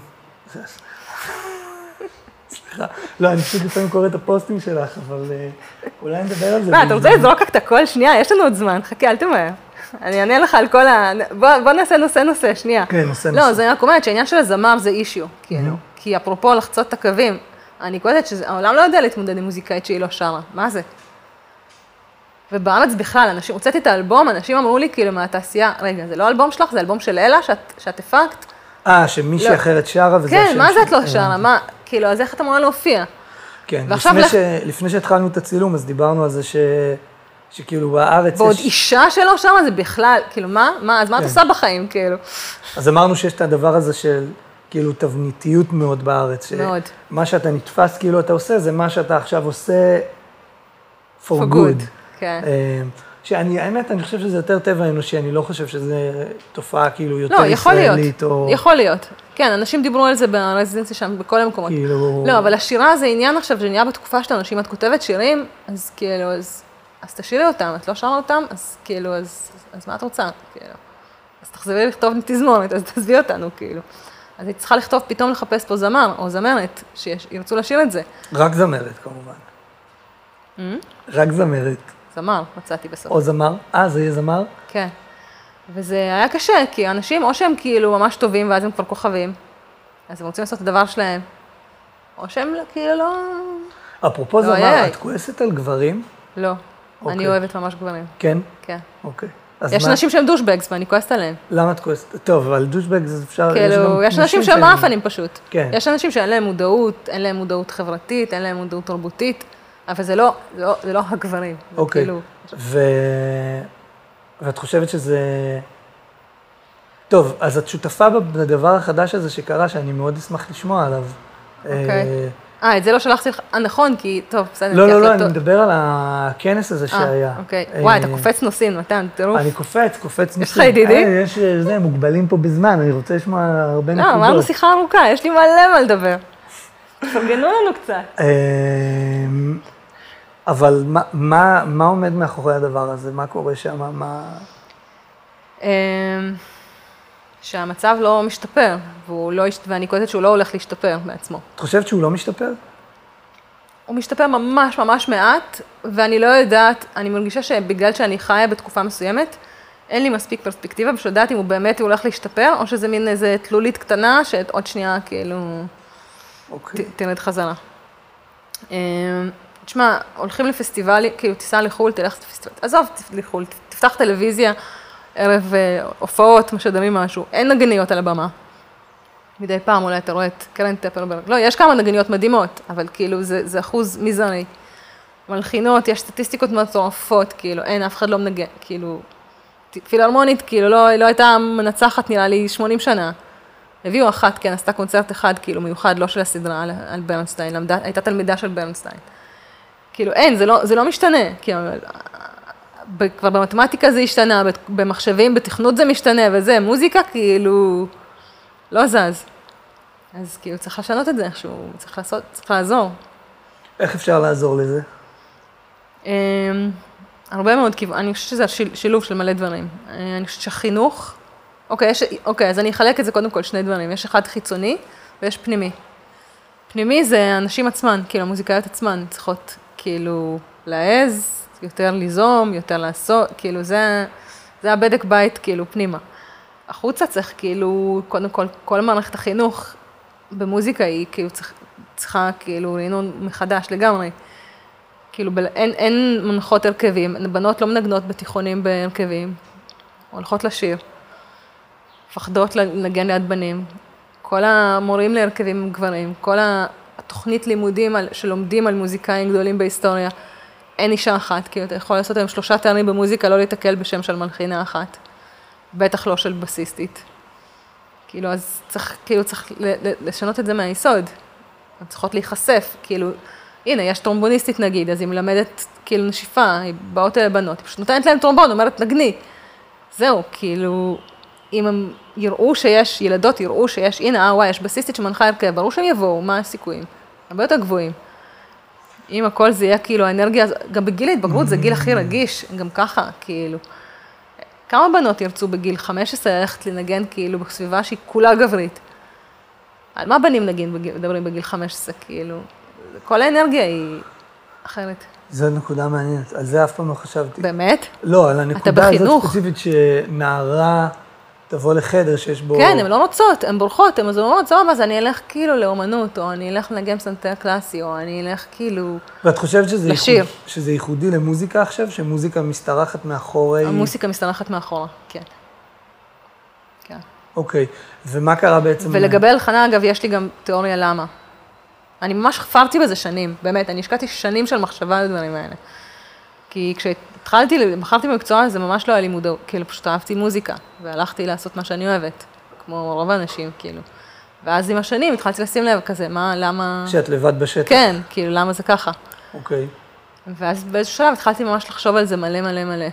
סליחה. לא, אני פשוט לפעמים קורא את הפוסטים שלך, אבל אולי נדבר על זה. מה, אתה רוצה לזרוק את הכל? שנייה, יש לנו עוד זמן, חכה, אל תמהר. אני אענה לך על כל ה... בוא נעשה נושא נושא, שנייה. כן, נושא נושא. לא, זה רק אומרת שהעניין של הזמר זה אישיו, כאילו. כי אפרופו לחצות את הקווים, אני קודדת שהעולם לא יודע להתמודד עם מוזיקאית שהיא לא שרה. מה זה? ובארץ בכלל, אנשים, הוצאתי את האלבום, אנשים אמרו לי, כאילו, מהתעשייה, רגע, זה לא אלבום שלך, זה אלבום של אלה שאת הפקת? אה, שמישהי אחרת שרה וזה השם. כן, מה זה את לא שרה? מה, כאילו, אז איך אתה אמורה להופיע? כן, לפני שהתחלנו את הצילום, אז דיברנו על זה שכאילו בארץ יש... ועוד אישה שלא שרה, זה בכלל, כאילו, מה? מה? אז מה את עושה בחיים, כאילו? אז אמרנו שיש את הדבר הזה של, כאילו, תבניתיות מאוד בארץ. מאוד. מה שאתה נתפס, כאילו, אתה עושה, זה מה שאתה עכשיו עושה for good. כן. שאני, האמת, אני חושב שזה יותר טבע אנושי, אני לא חושב שזה תופעה כאילו יותר לא, יכול ישראלית להיות, או... יכול להיות. כן, אנשים דיברו על זה ברזידנציה שם, בכל המקומות. כאילו... לא, אבל השירה זה עניין עכשיו, זה נהיה בתקופה של אנשים, את כותבת שירים, אז כאילו, אז, אז תשאירי אותם, את לא שרה אותם, אז כאילו, אז, אז מה את רוצה? כאילו, אז תחזרי לכתוב תזמורת, אז תעזבי אותנו, כאילו. אז היא צריכה לכתוב, פתאום לחפש פה זמר או זמרת, שירצו לשיר את זה. רק זמרת, כמובן. רק זמרת. זמר, מצאתי בסוף. או זמר? אה, זה יהיה זמר? כן. וזה היה קשה, כי אנשים, או שהם כאילו ממש טובים, ואז הם כבר כוכבים, אז הם רוצים לעשות את הדבר שלהם, או שהם כאילו לא... אפרופו זמר, את כועסת על גברים? לא, אני אוהבת ממש גברים. כן? כן. אוקיי. יש אנשים שהם דושבגס, ואני כועסת עליהם. למה את כועסת? טוב, אבל דושבגס אפשר... כאילו, יש אנשים שהם מאפנים פשוט. כן. יש אנשים שאין להם מודעות, אין להם מודעות חברתית, אין להם מודעות תרבותית, אבל זה לא, זה לא, זה לא הגברים. אוקיי. ו... ואת חושבת שזה... טוב, אז את שותפה בדבר החדש הזה שקרה, שאני מאוד אשמח לשמוע עליו. אוקיי. אה, את זה לא שלחתי לך, נכון, כי, טוב, בסדר. לא, לא, לא, אני מדבר על הכנס הזה שהיה. אוקיי. וואי, אתה קופץ נושאים, מתן, תראו. אני קופץ, קופץ נושאים. יש לך ידידים? יש, זה, מוגבלים פה בזמן, אני רוצה לשמוע הרבה נקודות. לא, אמרנו שיחה ארוכה, יש לי מלא מה לדבר. תפרגנו לנו קצת. אבל מה עומד מאחורי הדבר הזה? מה קורה שם? מה... שהמצב לא משתפר, ואני קודדת שהוא לא הולך להשתפר בעצמו. את חושבת שהוא לא משתפר? הוא משתפר ממש ממש מעט, ואני לא יודעת, אני מרגישה שבגלל שאני חיה בתקופה מסוימת, אין לי מספיק פרספקטיבה, בשביל לדעת אם הוא באמת הולך להשתפר, או שזה מין איזה תלולית קטנה, שעוד שנייה כאילו אוקיי. ת- תרד חזרה. אה, תשמע, הולכים לפסטיבלים, כאילו תיסע לחו"ל, תלך לפסטיבל, עזוב לחו"ל, תפתח טלוויזיה, ערב אה, הופעות, משדמים משהו, אין נגניות על הבמה. מדי פעם אולי אתה רואה את קרן טפרברג, לא, יש כמה נגניות מדהימות, אבל כאילו זה, זה אחוז מזערי. מלחינות, יש סטטיסטיקות מטורפות, כאילו, אין, אף אחד לא מנגן, כאילו, פילהרמונית, כאילו, לא, לא הייתה מנצחת, נראה לי, שמונים שנה. הביאו אחת, כן, עשתה קונצרט אחד, כאילו, מיוחד, לא של הסדרה, על, על ברנסטיין, למדה, הייתה תלמידה של ברנסטיין. כאילו, אין, זה לא, זה לא משתנה, כאילו, ב, כבר במתמטיקה זה השתנה, במחשבים, בתכנות זה משתנה, וזה, מוזיקה, כאילו, לא זז. אז כאילו, צריך לשנות את זה איכשהו, צריך לעשות, צריך לעזור. איך אפשר לעזור לזה? הרבה מאוד כיוון, אני חושבת שזה שיל, שילוב של מלא דברים. אני חושבת שהחינוך, אוקיי, יש, אוקיי, אז אני אחלק את זה קודם כל שני דברים. יש אחד חיצוני ויש פנימי. פנימי זה האנשים עצמן, כאילו המוזיקאיות עצמן צריכות כאילו להעז, יותר ליזום, יותר לעשות, כאילו זה, זה הבדק בית כאילו פנימה. החוצה צריך כאילו, קודם כל, כל מערכת החינוך במוזיקה היא כאילו צריך, צריכה כאילו רענון מחדש לגמרי. כאילו, אין, אין מנחות הרכבים, בנות לא מנגנות בתיכונים בהרכבים, הולכות לשיר, מפחדות לנגן ליד בנים, כל המורים להרכבים הם גברים, כל התוכנית לימודים על, שלומדים על מוזיקאים גדולים בהיסטוריה, אין אישה אחת, כאילו אתה יכול לעשות היום שלושה תארים במוזיקה, לא להתקל בשם של מלחינה אחת, בטח לא של בסיסטית. כאילו, אז צריך, כאילו, צריך לשנות את זה מהיסוד, הן צריכות להיחשף, כאילו, הנה, יש טרומבוניסטית נגיד, אז היא מלמדת כאילו נשיפה, היא באות אלה בנות, היא פשוט נותנת להם טרומבון, אומרת נגני. זהו, כאילו, אם הם יראו שיש, ילדות יראו שיש, הנה, אה, וואי, יש בסיסטית שמנחה הרכב, ברור שהם יבואו, מה הסיכויים? הרבה יותר גבוהים. אם הכל זה יהיה כאילו האנרגיה, גם בגיל ההתבגרות זה גיל הכי רגיש, גם ככה, כאילו. כמה בנות ירצו בגיל חמש עשרה ללכת לנגן כאילו בסביבה שהיא כולה גברית? על מה בנים נגין מדברים בגיל חמש עשרה, כאילו? כל האנרגיה היא אחרת. זו נקודה מעניינת, על זה אף פעם לא חשבתי. באמת? לא, על הנקודה הזאת בחינוך. ספציפית שנערה תבוא לחדר שיש בו... כן, הן לא רוצות, הן בורחות, הן אומרות, זו, אז אני אלך כאילו לאומנות, או אני אלך לנגן פסנתר קלאסי, או אני אלך כאילו... ואת חושבת שזה, לשיר. ייחוד, שזה ייחודי למוזיקה עכשיו, שמוזיקה משתרחת מאחורי... המוסיקה משתרחת מאחורה, כן. כן. אוקיי, ומה קרה בעצם... ולגבי הלחנה, אגב, יש לי גם תיאוריה למה. אני ממש חפרתי בזה שנים, באמת, אני השקעתי שנים של מחשבה על הדברים האלה. כי כשהתחלתי, בחרתי במקצוע, זה ממש לא היה לי מודעות, כאילו פשוט אהבתי מוזיקה, והלכתי לעשות מה שאני אוהבת, כמו רוב האנשים, כאילו. ואז עם השנים התחלתי לשים לב כזה, מה, למה... שאת לבד בשטח. כן, כאילו, למה זה ככה. אוקיי. ואז באיזשהו שלב התחלתי ממש לחשוב על זה מלא מלא מלא.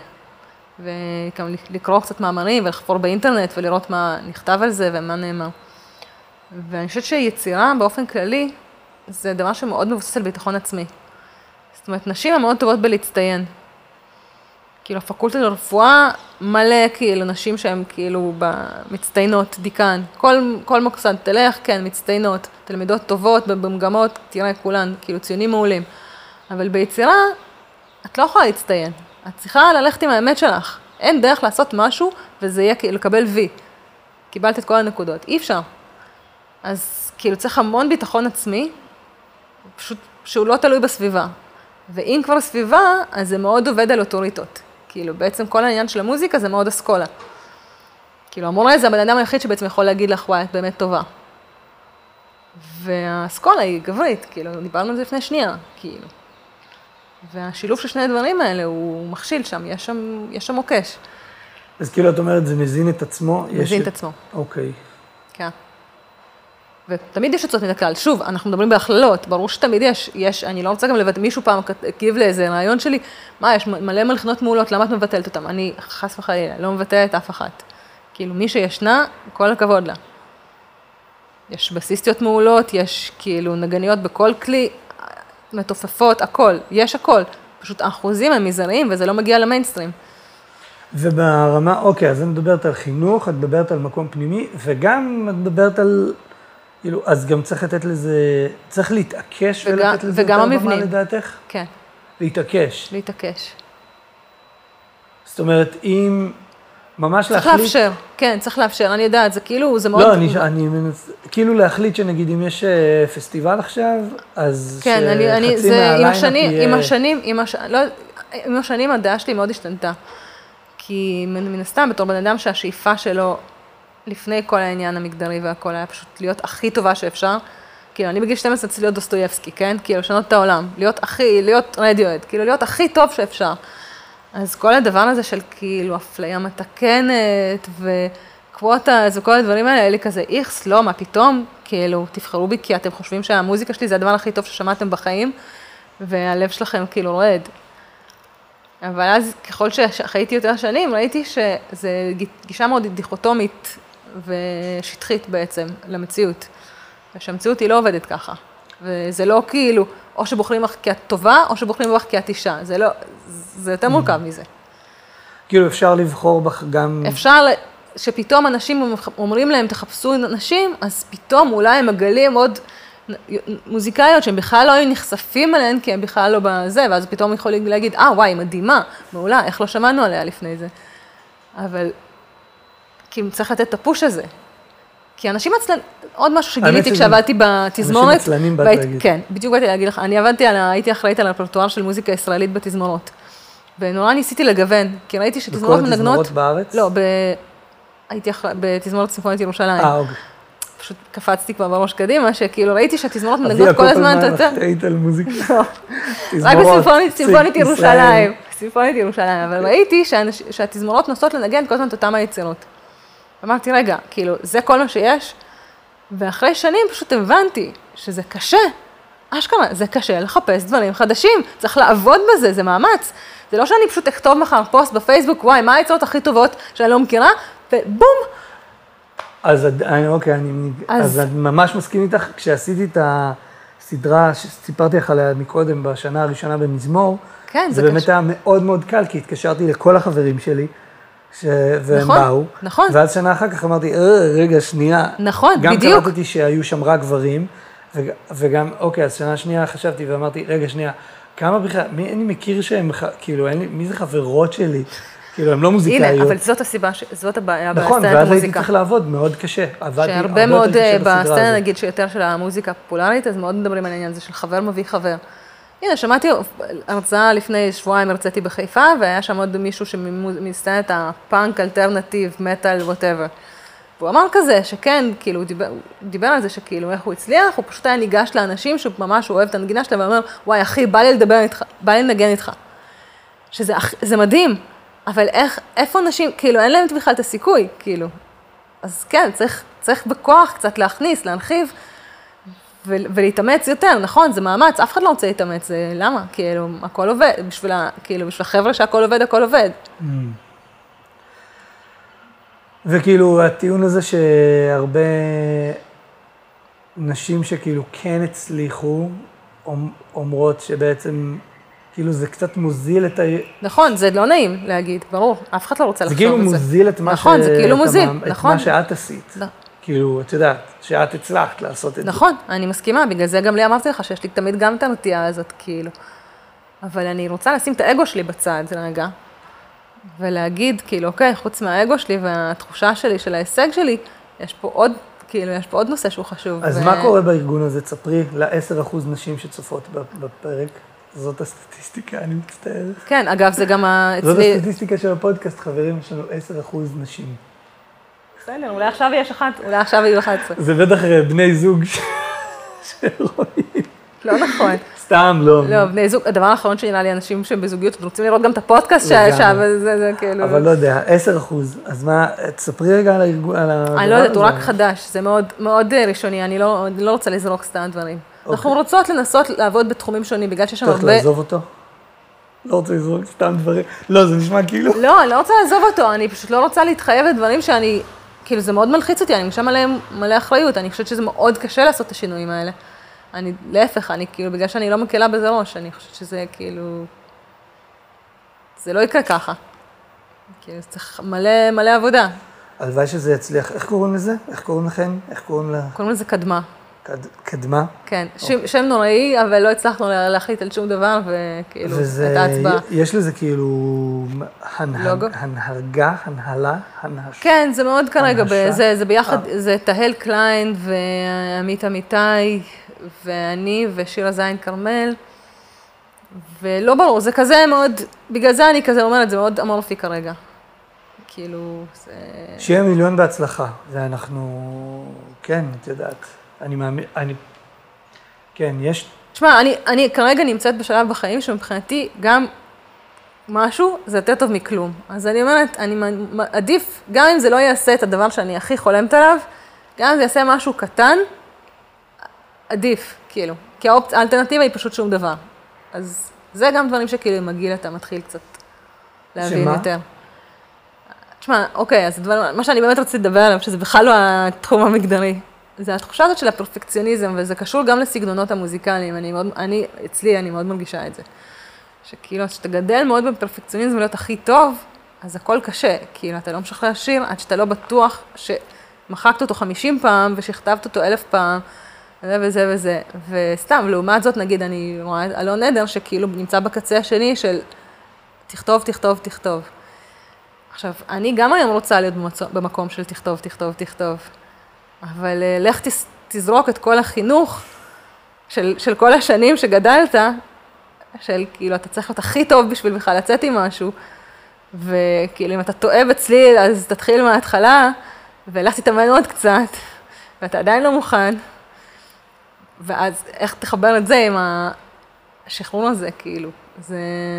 וגם לקרוא קצת מאמרים ולחפור באינטרנט ולראות מה נכתב על זה ומה נאמר. ואני חושבת שיצירה באופן כללי, זה דבר שמאוד מבוסס על ביטחון עצמי. זאת אומרת, נשים הן מאוד טובות בלהצטיין. כאילו, הפקולטה לרפואה מלא, כאילו, נשים שהן כאילו מצטיינות, דיקן. כל, כל מוסד תלך, כן, מצטיינות, תלמידות טובות, במגמות, תראה, כולן, כאילו, ציונים מעולים. אבל ביצירה, את לא יכולה להצטיין. את צריכה ללכת עם האמת שלך. אין דרך לעשות משהו, וזה יהיה כאילו לקבל וי. קיבלת את כל הנקודות. אי אפשר. אז כאילו, צריך המון ביטחון עצמי, פשוט שהוא לא תלוי בסביבה. ואם כבר סביבה, אז זה מאוד עובד על אוטוריטות. כאילו, בעצם כל העניין של המוזיקה זה מאוד אסכולה. כאילו, המורה זה הבן אדם היחיד שבעצם יכול להגיד לך, וואי, את באמת טובה. והאסכולה היא גברית, כאילו, דיברנו על זה לפני שנייה, כאילו. והשילוב של שני הדברים האלה הוא מכשיל שם, יש שם, יש שם מוקש. אז כאילו, את אומרת, זה מזין את עצמו? מזין יש... את עצמו. אוקיי. כן. ותמיד יש יוצאות מן הכלל. שוב, אנחנו מדברים בהכללות, ברור שתמיד יש, יש, אני לא רוצה גם לבטל, מישהו פעם הגיב לאיזה רעיון שלי, מה, יש מלא מלחינות מעולות, למה את מבטלת אותם? אני חס וחלילה, לא מבטלת אף אחת. כאילו, מי שישנה, כל הכבוד לה. יש בסיסטיות מעולות, יש כאילו נגניות בכל כלי, מתופפות, הכל, יש הכל. פשוט האחוזים הם מזעריים, וזה לא מגיע למיינסטרים. וברמה, אוקיי, אז אני מדברת על חינוך, את מדברת על מקום פנימי, וגם את מדברת על... כאילו, אז גם צריך לתת לזה, צריך להתעקש וגם, ולתת לזה וגם יותר המבנים. במה לדעתך? כן. להתעקש. להתעקש. זאת אומרת, אם ממש צריך להחליט. לאפשר, כן, צריך לאפשר, אני יודעת, זה כאילו, זה מאוד... לא, אני, אני מנס... כאילו להחליט שנגיד אם יש אה, פסטיבל עכשיו, אז כן, אני, אני, שחצי זה עם מהליינאפ השנים, יהיה... עם השנים, עם הש... לא, עם השנים הדעה שלי מאוד השתנתה. כי מן מן הסתם, בתור בן אדם שהשאיפה שלו, לפני כל העניין המגדרי והכל, היה פשוט להיות הכי טובה שאפשר. כאילו, אני בגיל שתים עשרה רציתי להיות דוסטויבסקי, כן? כאילו, לשנות את העולם, להיות הכי, להיות רדיואד, כאילו, להיות הכי טוב שאפשר. אז כל הדבר הזה של כאילו, אפליה מתקנת וקווטה, וכל הדברים האלה, היה לי כזה איכס, לא, מה פתאום? כאילו, תבחרו בי, כי אתם חושבים שהמוזיקה שלי זה הדבר הכי טוב ששמעתם בחיים, והלב שלכם כאילו רועד. אבל אז, ככל שחייתי יותר שנים, ראיתי שזה גישה מאוד דיכוטומית ושטחית בעצם למציאות. ושהמציאות היא לא עובדת ככה. וזה לא כאילו, או שבוחרים בך כי את טובה, או שבוחרים בך כי את אישה. זה לא, זה יותר מורכב מזה. כאילו אפשר לבחור בך גם... אפשר שפתאום אנשים אומרים להם, תחפשו נשים, אז פתאום אולי הם מגלים עוד מוזיקאיות שהם בכלל לא היו נחשפים עליהן, כי הם בכלל לא בזה, ואז פתאום יכולים להגיד, אה, וואי, מדהימה, מעולה, איך לא שמענו עליה לפני זה. אבל, כי צריך לתת את הפוש הזה. כי אנשים עצלנים, עוד משהו שגיליתי כשעבדתי בתזמורת. אנשים עצלנים באת להגיד. כן, בדיוק באתי להגיד לך, אני עבדתי על, הייתי אחראית על הרפרטואר של מוזיקה ישראלית בתזמורות. ונורא ניסיתי לגוון, כי ראיתי שתזמורות מנגנות... בכל התזמורות בארץ? לא, ב... הייתי בתזמורת סימפונית ירושלים. אה, אוקיי. פשוט קפצתי כבר בראש קדימה, שכאילו ראיתי שהתזמורות מנגנות כל הזמן... אביה, כל פעם אחראית על מוזיקה. רק בסימפונית ירושלים. סימפונית ירושלים, אבל ראיתי שהתזמורות נוסעות לנגן כל הזמן את אותם היצירות. אמרתי, רגע, כאילו, זה כל מה שיש, ואחרי שנים פשוט הבנתי שזה קשה, אשכרה, זה קשה לחפש דברים חדשים, צריך לעבוד בזה, זה מאמץ. זה לא שאני פשוט אכתוב מחר פוסט בפייסבוק, וואי, מה היצירות הכי טובות שאני לא מכירה, ובום. אז אוקיי, אני, אז אני ממש מסכים איתך, כשעשיתי את הסדרה שסיפרתי לך עליה מקודם, בשנה הראשונה במזמור, כן, זה באמת היה מאוד מאוד קל, כי התקשרתי לכל החברים שלי, ש... והם נכון, באו, נכון. ואז שנה אחר כך אמרתי, אה, רגע, שנייה. נכון, גם בדיוק. גם קלטתי שהיו שם רק גברים, ו... וגם, אוקיי, אז שנה שנייה חשבתי ואמרתי, רגע, שנייה, כמה בכלל, מי אני מכיר שהם, כאילו, אין לי, מי זה חברות שלי? כאילו, הם לא מוזיקאיות. הנה, אבל זאת הסיבה, ש... זאת הבעיה נכון, בסצנת ואז המוזיקה. הייתי צריך לעבוד מאוד קשה. עבדתי שהרבה הרבה מאוד יותר קשה בסדרה בסצנה, הזאת. נגיד, שיותר של המוזיקה הפופולרית, אז מאוד מדברים על העניין הזה של חבר מביא חבר. הנה, שמעתי הרצאה לפני שבועיים, הרציתי בחיפה, והיה שם עוד מישהו שמסצנת הפאנק, אלטרנטיב, מטל, ווטאבר. והוא אמר כזה, שכן, כאילו, הוא דיבר, הוא דיבר על זה שכאילו, איך הוא הצליח, הוא פשוט היה ניגש לאנשים שממש אוהב את הנגינה שלהם, ואומר, וואי, אחי, בא לי לדבר איתך, בא לי לנגן איתך. שזה, זה מדהים, אבל איך, איפה אנשים, כאילו, אין להם בכלל את הסיכוי, כאילו. אז כן, צריך, צריך בכוח קצת להכניס, להרחיב, ולהתאמץ יותר, נכון, זה מאמץ, אף אחד לא רוצה להתאמץ, זה למה? כאילו, הכל עובד, בשביל, כאילו, בשביל החבר'ה שהכל עובד, הכל עובד. וכאילו, הטיעון הזה שהרבה נשים שכאילו כן הצליחו, אומרות שבעצם, כאילו, זה קצת מוזיל את ה... נכון, זה לא נעים להגיד, ברור, אף אחד לא רוצה לחשוב על זה. זה כאילו מוזיל את מה ש... נכון, זה כאילו מוזיל, נכון. את מה שאת עשית. כאילו, את יודעת, שאת הצלחת לעשות את זה. נכון, אני מסכימה, בגלל זה גם לי אמרתי לך שיש לי תמיד גם את הנטייה הזאת, כאילו. אבל אני רוצה לשים את האגו שלי בצד רגע, ולהגיד, כאילו, אוקיי, חוץ מהאגו שלי והתחושה שלי של ההישג שלי, יש פה עוד, כאילו, יש פה עוד נושא שהוא חשוב. אז מה קורה בארגון הזה? תספרי ל-עשרה אחוז נשים שצופות בפרק. זאת הסטטיסטיקה, אני מצטער. כן, אגב, זה גם ה... זאת הסטטיסטיקה של הפודקאסט, חברים, יש לנו עשרה אחוז נשים. בסדר, אולי עכשיו יש אחת, אולי עכשיו יהיו אחת עשרה. זה בטח בני זוג שרואים. לא נכון. סתם, לא. לא, בני זוג, הדבר האחרון שנראה לי אנשים שהם בזוגיות, אתם רוצים לראות גם את הפודקאסט שהיה, וזה כאילו... אבל לא יודע, עשרה אחוז, אז מה, תספרי רגע על הארגון, על הדבר הזה. אני לא יודעת, הוא רק חדש, זה מאוד ראשוני, אני לא רוצה לזרוק סתם דברים. אנחנו רוצות לנסות לעבוד בתחומים שונים, בגלל שיש שם הרבה... צריך לעזוב אותו? לא רוצה לזרוק סתם דברים. לא, זה נשמע כאילו... לא, אני לא רוצה לעזוב אותו, אני פשוט לא רוצה להתחייב לדברים שאני... כאילו, זה מאוד מלחיץ אותי, אני משם עליהם מלא אחריות, אני חושבת שזה מאוד קשה לעשות את השינויים האלה. אני, להפך, אני כאילו, בגלל שאני לא מקלה בזה ראש, אני חושבת שזה כאילו... זה לא יקרה ככה. כאילו, זה צריך מלא, מלא עבודה. הלוואי שזה יצליח. איך קוראים לזה? איך קוראים לכם? איך קוראים לה... קוראים לזה קדמה. קד, קדמה. כן, שם, שם נוראי, אבל לא הצלחנו להחליט על שום דבר, וכאילו, הייתה הצבעה. יש לזה כאילו לוגו? הנהגה, הנהלה, הנהש. כן, זה מאוד כרגע, הנהשה. זה, זה ביחד, זה תהל קליין ועמית אמיתי, ואני ושירה זין כרמל, ולא ברור, זה כזה מאוד, בגלל זה אני כזה אומרת, זה מאוד אמורפי כרגע. כאילו, זה... שיהיה מיליון בהצלחה, ואנחנו, כן, את יודעת, אני מאמין, אני, כן, יש... תשמע, אני, אני כרגע נמצאת בשלב בחיים שמבחינתי גם משהו זה יותר טוב מכלום. אז אני אומרת, אני עדיף, גם אם זה לא יעשה את הדבר שאני הכי חולמת עליו, גם אם זה יעשה משהו קטן, עדיף, כאילו. כי האופצ... האלטרנטיבה היא פשוט שום דבר. אז זה גם דברים שכאילו עם הגיל אתה מתחיל קצת להבין שמה? יותר. תשמע, אוקיי, אז הדבר, מה שאני באמת רציתי לדבר עליו, שזה בכלל לא התחום המגדרי, זה התחושה הזאת של הפרפקציוניזם, וזה קשור גם לסגנונות המוזיקליים. אני מאוד, אני, אצלי, אני מאוד מרגישה את זה. שכאילו, שאתה גדל מאוד בפרפקציוניזם ולהיות הכי טוב, אז הכל קשה. כאילו, אתה לא משחרר שיר עד שאתה לא בטוח שמחקת אותו חמישים פעם ושכתבת אותו אלף פעם, וזה וזה וזה. וסתם, לעומת זאת, נגיד, אני רואה אלון עדר, שכאילו נמצא בקצה השני של תכתוב, תכתוב, תכתוב. עכשיו, אני גם היום רוצה להיות במקום של תכתוב, תכתוב, תכתוב. אבל לך תזרוק את כל החינוך של, של כל השנים שגדלת, של כאילו אתה צריך להיות הכי טוב בשביל בכלל לצאת עם משהו, וכאילו אם אתה טועה בצליל אז תתחיל מההתחלה, ולך תתאמן עוד קצת, ואתה עדיין לא מוכן, ואז איך תחבר את זה עם השחרור הזה, כאילו, זה...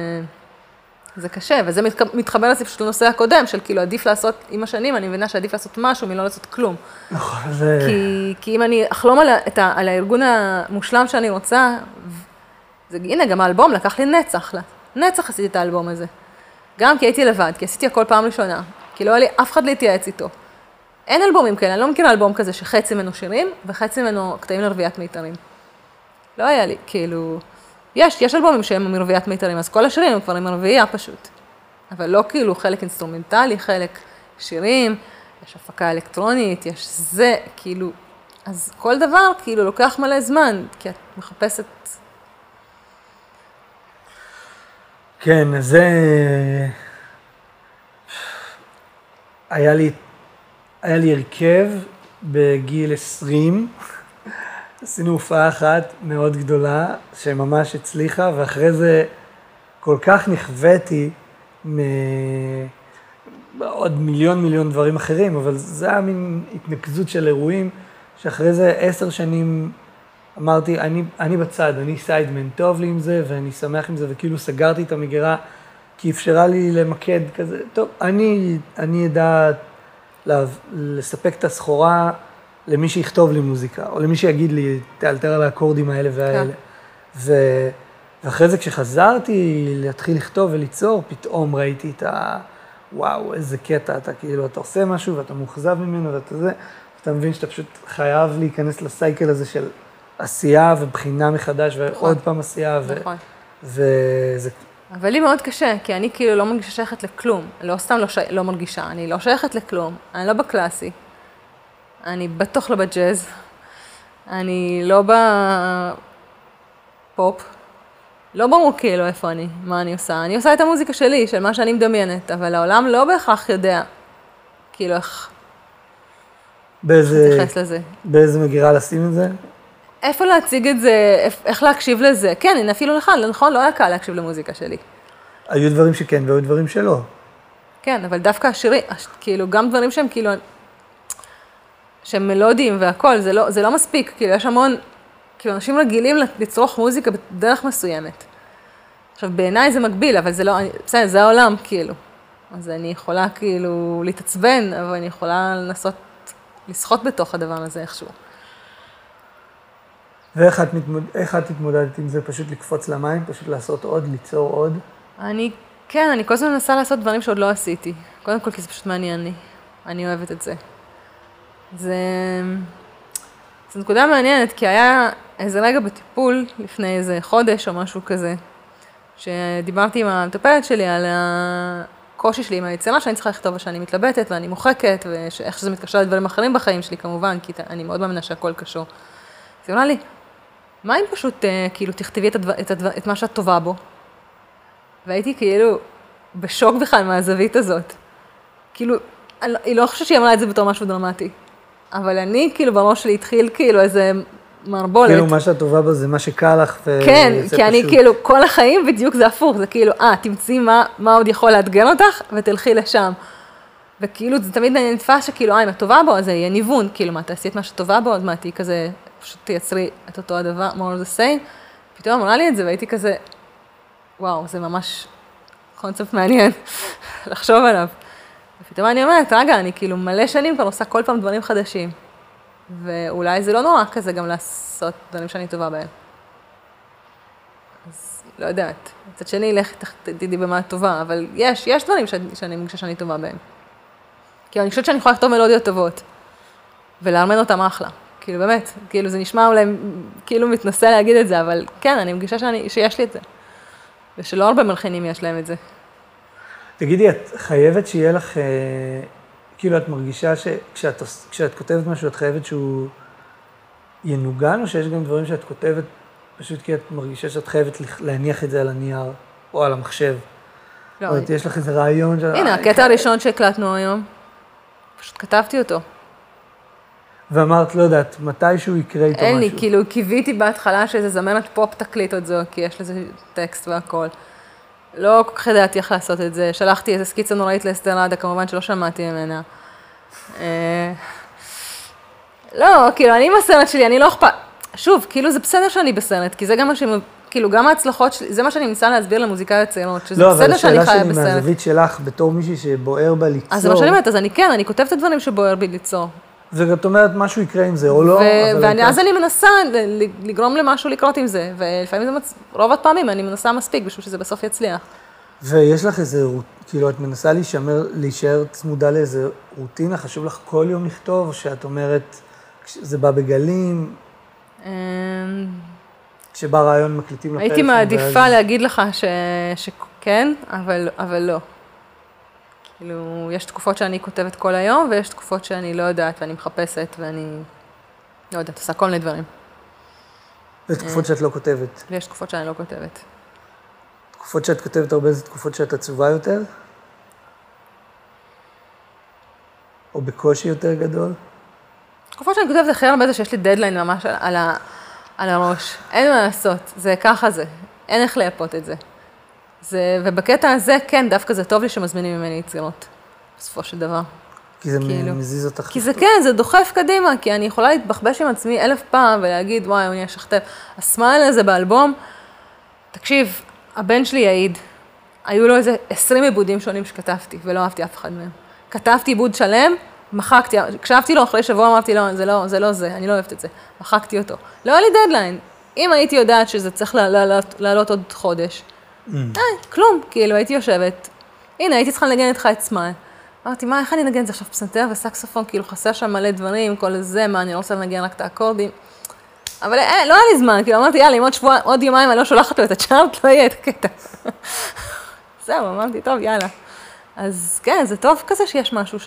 זה קשה, וזה מתחבר לזה פשוט לנושא הקודם, של כאילו עדיף לעשות, עם השנים, אני מבינה שעדיף לעשות משהו, מלא לעשות כלום. נכון, זה... כי, כי אם אני אחלום על, ה, על הארגון המושלם שאני רוצה, זה, הנה, גם האלבום לקח לי נצח, נצח עשיתי את האלבום הזה. גם כי הייתי לבד, כי עשיתי הכל פעם ראשונה, כי לא היה לי אף אחד להתייעץ איתו. אין אלבומים כאלה, אני לא מכירה אלבום כזה שחצי ממנו שירים, וחצי ממנו קטעים לרביית מיתרים. לא היה לי, כאילו... יש, יש אלבומים שהם מרביית מיתרים, אז כל השירים הם כבר עם הרביעייה פשוט. אבל לא כאילו חלק אינסטרומנטלי, חלק שירים, יש הפקה אלקטרונית, יש זה, כאילו, אז כל דבר כאילו לוקח מלא זמן, כי את מחפשת... כן, זה... היה לי, היה לי הרכב בגיל עשרים, עשינו הופעה אחת מאוד גדולה, שממש הצליחה, ואחרי זה כל כך נכוויתי מעוד מיליון מיליון דברים אחרים, אבל זה היה מין התנקזות של אירועים, שאחרי זה עשר שנים אמרתי, אני, אני בצד, אני סיידמן, טוב לי עם זה, ואני שמח עם זה, וכאילו סגרתי את המגירה, כי אפשרה לי למקד כזה, טוב, אני, אני ידע לספק את הסחורה, למי שיכתוב לי מוזיקה, או למי שיגיד לי, תאלתר על האקורדים האלה והאלה. ו... ואחרי זה כשחזרתי להתחיל לכתוב וליצור, פתאום ראיתי את ה... וואו, איזה קטע, אתה כאילו, אתה עושה משהו ואתה מוחזב ממנו ואתה זה, ואתה מבין שאתה פשוט חייב להיכנס לסייקל הזה של עשייה ובחינה מחדש, ועוד פעם עשייה, ו... וזה... אבל לי מאוד קשה, כי אני כאילו לא מרגישה שייכת לכלום, לא סתם לא, ש... לא מרגישה, אני לא שייכת לכלום, אני לא בקלאסי. אני בטוח לא בג'אז, אני לא בפופ, לא ברור כאילו איפה אני, מה אני עושה. אני עושה את המוזיקה שלי, של מה שאני מדמיינת, אבל העולם לא בהכרח יודע, כאילו איך להתייחס לזה. באיזה מגירה לשים את זה? איפה להציג את זה, איך להקשיב לזה. כן, הנה אפילו לך, נכון, לא היה קל להקשיב למוזיקה שלי. היו דברים שכן והיו דברים שלא. כן, אבל דווקא השירים, כאילו גם דברים שהם כאילו... שהם מלודיים והכל, זה לא, זה לא מספיק, כאילו יש המון, כאילו אנשים רגילים לצרוך מוזיקה בדרך מסוימת. עכשיו בעיניי זה מגביל, אבל זה לא, בסדר, זה העולם כאילו. אז אני יכולה כאילו להתעצבן, אבל אני יכולה לנסות לשחות בתוך הדבר הזה איכשהו. ואיך את, מתמוד... איך את התמודדת עם זה? פשוט לקפוץ למים, פשוט לעשות עוד, ליצור עוד? אני, כן, אני כל הזמן מנסה לעשות דברים שעוד לא עשיתי. קודם כל כי זה פשוט מעניין לי. אני אוהבת את זה. זה, זה נקודה מעניינת, כי היה איזה רגע בטיפול לפני איזה חודש או משהו כזה, שדיברתי עם המטפלת שלי על הקושי שלי עם היצירה שאני צריכה לכתוב ושאני מתלבטת ואני מוחקת, ואיך שזה מתקשר לדברים אחרים בחיים שלי כמובן, כי אני מאוד מאמינה שהכל קשור. היא אמרה לי, מה אם פשוט אה, כאילו תכתבי את, הדבר, את, הדבר, את מה שאת טובה בו? והייתי כאילו בשוק בכלל מהזווית הזאת. כאילו, אני, היא לא חושבת שהיא אמרה את זה בתור משהו דרמטי, אבל אני כאילו בראש שלי התחיל כאילו איזה מערבולת. כאילו מה שאת טובה בו זה מה שקל לך ו... כן, כי אני כאילו כל החיים בדיוק זה הפוך, זה כאילו, אה, תמצאי מה, מה עוד יכול לאתגר אותך ותלכי לשם. וכאילו זה תמיד נתפס שכאילו, אה, אם את טובה בו, אז זה יהיה ניוון, כאילו מה, תעשי את מה שאת טובה בו, אז מה, תהיי כזה, פשוט תייצרי את אותו הדבר, more the same. פתאום אמרה לי את זה והייתי כזה, וואו, זה ממש קונספט מעניין לחשוב עליו. ופתאום אני אומרת, רגע, אני כאילו מלא שנים כבר עושה כל פעם דברים חדשים. ואולי זה לא נורא כזה גם לעשות דברים שאני טובה בהם. אז לא יודעת. מצד שני, לך תדעי במה טובה, אבל יש, יש דברים שאני מרגישה שאני טובה בהם. כי אני חושבת שאני יכולה לכתוב מלודיות טובות, ולאמן אותם אחלה. כאילו באמת, כאילו זה נשמע אולי, כאילו מתנסה להגיד את זה, אבל כן, אני מרגישה שאני, שיש לי את זה. ושלא הרבה מלחינים יש להם את זה. תגידי, את חייבת שיהיה לך, אה, כאילו את מרגישה שכשאת כשאת כותבת משהו, את חייבת שהוא ינוגן, או שיש גם דברים שאת כותבת, פשוט כי את מרגישה שאת חייבת להניח את זה על הנייר, או על המחשב? לא. או יש לך איזה רעיון? הנה, הקטע הראשון שהקלטנו היום, פשוט כתבתי אותו. ואמרת, לא יודעת, מתישהו יקרה איתו משהו. אין לי, כאילו, קיוויתי בהתחלה שאיזה זמרת פופ תקליט את זו, כי יש לזה טקסט והכל. לא כל כך ידעתי איך לעשות את זה. שלחתי איזה סקיצה נוראית לאסתרדה, כמובן שלא שמעתי ממנה. לא, כאילו, אני עם הסרט שלי, אני לא אכפת... שוב, כאילו, זה בסדר שאני בסרט, כי זה גם מה ש... כאילו, גם ההצלחות שלי, זה מה שאני מנסה להסביר למוזיקאיות צעירות, שזה בסדר שאני חיה בסרט. לא, אבל השאלה שלי מהזווית שלך, בתור מישהי שבוער בה ליצור... אז זה מה שאני אומרת, אז אני כן, אני כותבת את הדברים שבוער בי ליצור. ואת אומרת, משהו יקרה עם זה, או לא? ואז אני מנסה לגרום למשהו לקרות עם זה, ולפעמים זה, רוב הפעמים אני מנסה מספיק, בשביל שזה בסוף יצליח. ויש לך איזה, כאילו, את מנסה להישאר צמודה לאיזה רוטינה, חשוב לך כל יום לכתוב, או שאת אומרת, זה בא בגלים, כשבא רעיון מקליטים לפלאפון. הייתי מעדיפה להגיד לך שכן, אבל לא. כאילו, יש תקופות שאני כותבת כל היום, ויש תקופות שאני לא יודעת, ואני מחפשת, ואני לא יודעת, עושה כל מיני דברים. יש תקופות שאת לא כותבת. ויש תקופות שאני לא כותבת. תקופות שאת כותבת הרבה זה תקופות שאת עצובה יותר? או בקושי יותר גדול? תקופות שאני כותבת הכי הרבה זה שיש לי דדליין ממש על, על, ה, על הראש. אין מה לעשות, זה ככה זה, אין איך לייפות את זה. זה, ובקטע הזה, כן, דווקא זה טוב לי שמזמינים ממני יצירות, בסופו של דבר. כי זה כאילו, מזיז אותך. כי זה כן, זה דוחף קדימה, כי אני יכולה להתבחבש עם עצמי אלף פעם ולהגיד, וואי, אני אשכתב. הסמייל הזה באלבום, תקשיב, הבן שלי יעיד, היו לו איזה עשרים עיבודים שונים שכתבתי, ולא אהבתי אף אחד מהם. כתבתי עיבוד שלם, מחקתי, כשאהבתי לו אחרי שבוע, אמרתי, לא, זה לא, זה לא זה, אני לא אוהבת את זה. מחקתי אותו. לא היה לי דדליין. אם הייתי יודעת שזה צריך לעלות, לעלות עוד חודש, די, כלום, כאילו, הייתי יושבת, הנה, הייתי צריכה לנגן איתך את סמייל. אמרתי, מה, איך אני נגן את זה עכשיו פסנתר וסקסופון, כאילו חסר שם מלא דברים, כל זה, מה, אני לא רוצה לנגן רק את האקורדים. אבל אה, לא היה לי זמן, כאילו, אמרתי, יאללה, אם עוד שבוע, עוד יומיים אני לא שולחת לו את הצ'ארט, לא יהיה את הקטע. זהו, אמרתי, טוב, יאללה. אז כן, זה טוב כזה שיש משהו ש...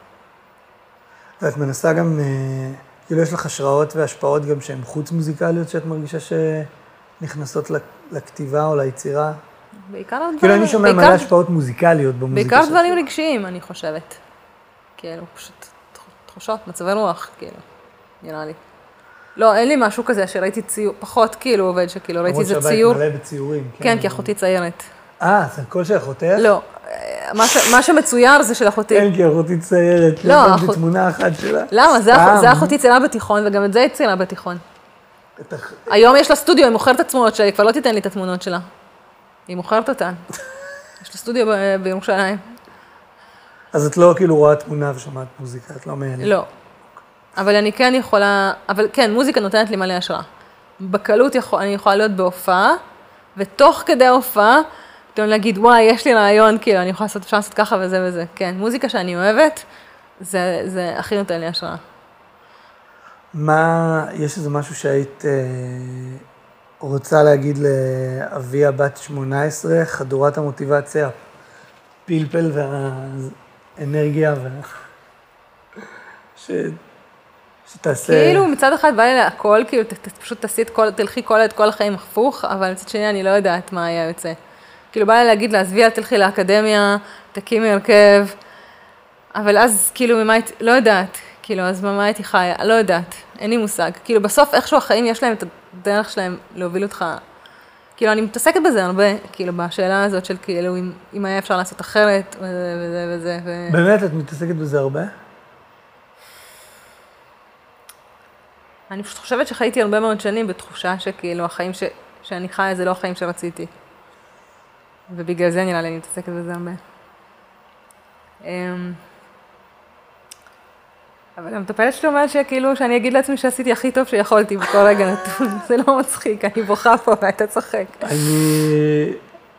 ואת מנסה גם, כאילו, יש לך השראות והשפעות גם שהן חוץ מוזיקליות, שאת מרגישה שנכנסות לכתיבה או ליצירה? בעיקר דברים... כאילו, אני שומע מלא השפעות מוזיקליות במוזיקה שלך. בעיקר דברים רגשיים, אני חושבת. כאילו, פשוט תחושות, מצבי רוח, כאילו, נראה לי. לא, אין לי משהו כזה שראיתי ציור, פחות כאילו עובד שכאילו, ראיתי איזה ציור. למרות שהבית מלא בציורים. כן, כי אחותי ציירת. אה, זה הכל של אחותך? לא, מה שמצויר זה של אחותי. כן, כי אחותי ציירת. לא, לא שמתי תמונה אחת שלה. למה? זה אחותי ציירה בתיכון, וגם את זה היא ציירה בתיכון. היום יש לה סטודיו, היא מוכרת את התמונות שלה, היא כבר לא תיתן לי את התמונות שלה. היא מוכרת אותן. יש לה סטודיו בירושלים. אז את לא כאילו רואה תמונה ושומעת מוזיקה, את לא מעניינת. לא. אבל אני כן יכולה, אבל כן, מוזיקה נותנת לי מלא השראה. בקלות יכול, אני יכולה להיות בהופעה, ותוך כדי ההופעה, פתאום להגיד, וואי, יש לי רעיון, כאילו, אני יכולה לעשות, אפשר לעשות ככה וזה וזה. כן, מוזיקה שאני אוהבת, זה, זה הכי נותן לי השראה. מה, יש איזה משהו שהיית אה, רוצה להגיד לאביה בת שמונה עשרה, חדורת המוטיבציה, פלפל והאנרגיה, וה... ש... שתעשה... כאילו מצד אחד בא לי להכל, כאילו ת- ת- פשוט תעשי את כל, תלכי כל, את כל החיים הפוך, אבל מצד שני אני לא יודעת מה היה יוצא. כאילו בא לי להגיד לה, עזבי, אל תלכי לאקדמיה, תקימי הרכב, אבל אז כאילו ממה הייתי, לא יודעת, כאילו אז במה הייתי חיה, לא יודעת, אין לי מושג. כאילו בסוף איכשהו החיים יש להם את הדרך שלהם להוביל אותך, כאילו אני מתעסקת בזה הרבה, כאילו בשאלה הזאת של כאילו אם, אם היה אפשר לעשות אחרת וזה וזה וזה. ו... באמת, את מתעסקת בזה הרבה? אני פשוט חושבת שחייתי הרבה מאוד שנים בתחושה שכאילו החיים ש... שאני חיה זה לא החיים שרציתי. ובגלל זה נראה לי אני מתעסקת בזה הרבה. אמ, אבל המטפלת שלי אומרת שכאילו שאני אגיד לעצמי שעשיתי הכי טוב שיכולתי בכל רגע נתון. זה לא מצחיק, אני בוכה פה ואתה צוחק. אני...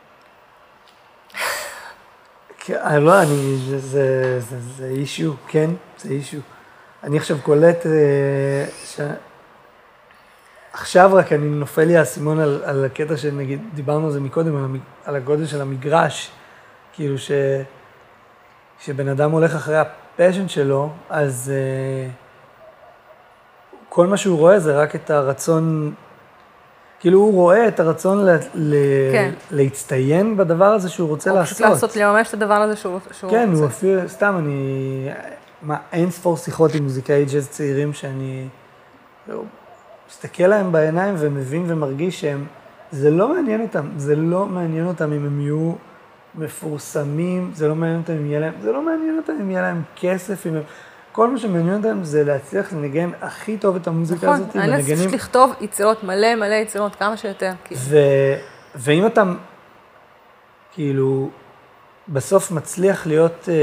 כן, אני לא, אני... זה, זה, זה, זה אישיו, כן, זה אישיו. אני עכשיו קולט אה, ש... עכשיו רק אני נופל לי האסימון על, על הקטע שנגיד, דיברנו על זה מקודם, על, המג... על הגודל של המגרש, כאילו ש... שבן אדם הולך אחרי הפשן שלו, אז אה, כל מה שהוא רואה זה רק את הרצון, כאילו הוא רואה את הרצון ל... ל... כן. להצטיין בדבר הזה שהוא רוצה או לעשות. פשוט לעשות, לממש את הדבר הזה שהוא, שהוא כן, רוצה. הוא אפילו, סתם, אני... מה, אין ספור שיחות עם מוזיקאי ג'אז צעירים שאני מסתכל להם בעיניים ומבין ומרגיש שהם, זה לא מעניין אותם, זה לא מעניין אותם אם הם יהיו מפורסמים, זה לא מעניין אותם אם יהיה להם, זה לא מעניין אותם אם יהיה להם כסף, אם הם, כל מה שמעניין אותם זה להצליח לנגן הכי טוב את המוזיקה נכון, הזאת. אני צריך לכתוב יצירות, מלא מלא יצירות, כמה שיותר. ו... ואם אתה, כאילו, בסוף מצליח להיות אה,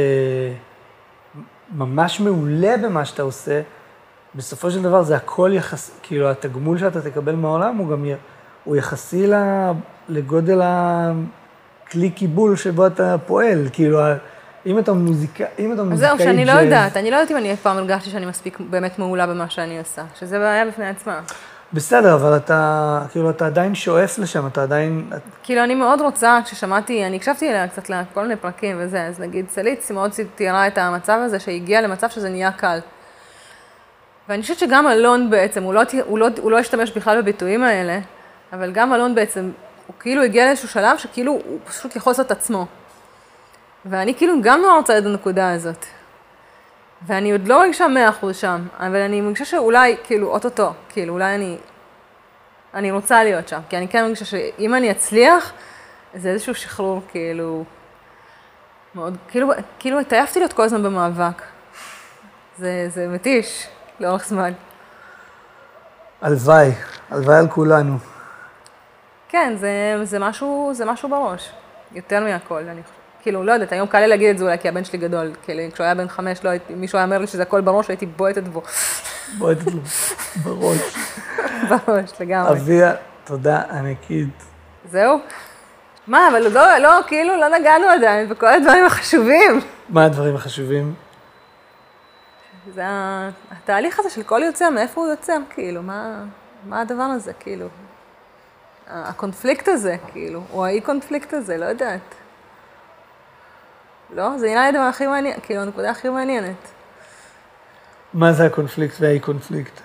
ממש מעולה במה שאתה עושה, בסופו של דבר זה הכל יחס, כאילו, התגמול שאתה תקבל מהעולם הוא גם י... הוא יחסי לגודל הכלי קיבול שבו אתה פועל, כאילו, אם אתה מוזיקאי, אם אתה מוזיקאי אז זהו, שאני לא ג'אז- יודעת, אני לא יודעת אם אני אף פעם הרגשתי שאני מספיק באמת מעולה במה שאני עושה, שזה בעיה בפני עצמה. בסדר, אבל אתה, כאילו, אתה עדיין שואף לשם, אתה עדיין... כאילו, אני מאוד רוצה, כששמעתי, אני הקשבתי אליה קצת לכל מיני פרקים וזה, אז נגיד, סליץ מאוד תיארה את המצב הזה, שהגיע למצב שזה נהיה קל. ואני חושבת שגם אלון בעצם, הוא לא, הוא לא, הוא לא השתמש בכלל בביטויים האלה, אבל גם אלון בעצם, הוא כאילו הגיע לאיזשהו שלב שכאילו הוא פשוט יכול לעשות את עצמו. ואני כאילו גם לא רוצה את הנקודה הזאת. ואני עוד לא מרגישה מאה אחוז שם, אבל אני מרגישה שאולי, כאילו, אוטוטו, כאילו, אולי אני, אני רוצה להיות שם, כי אני כן מרגישה שאם אני אצליח, זה איזשהו שחרור, כאילו, מאוד, כאילו, כאילו, התעייפתי להיות כל הזמן במאבק. זה, זה מתיש, לאורך זמן. הלוואי, הלוואי על כולנו. כן, זה, זה משהו, זה משהו בראש, יותר מהכל, אני חושבת. כאילו, לא יודעת, היום קל לי להגיד את זה אולי, כי הבן שלי גדול. כאילו, כשהוא היה בן חמש, לא הייתי, מישהו היה אומר לי שזה הכל בראש, הייתי בועטת בו. בועטת לו בראש. בראש, לגמרי. אביה, תודה ענקית. זהו? מה, אבל לא, לא, כאילו, לא נגענו עדיין בכל הדברים החשובים. מה הדברים החשובים? זה התהליך הזה של כל יוצר, מאיפה הוא יוצר, כאילו, מה, מה הדבר הזה, כאילו. הקונפליקט הזה, כאילו, או האי-קונפליקט הזה, לא יודעת. לא? זה נראה לי הדבר הכי מעניין, כאילו, הנקודה הכי מעניינת. מה זה הקונפליקט והאי-קונפליקט?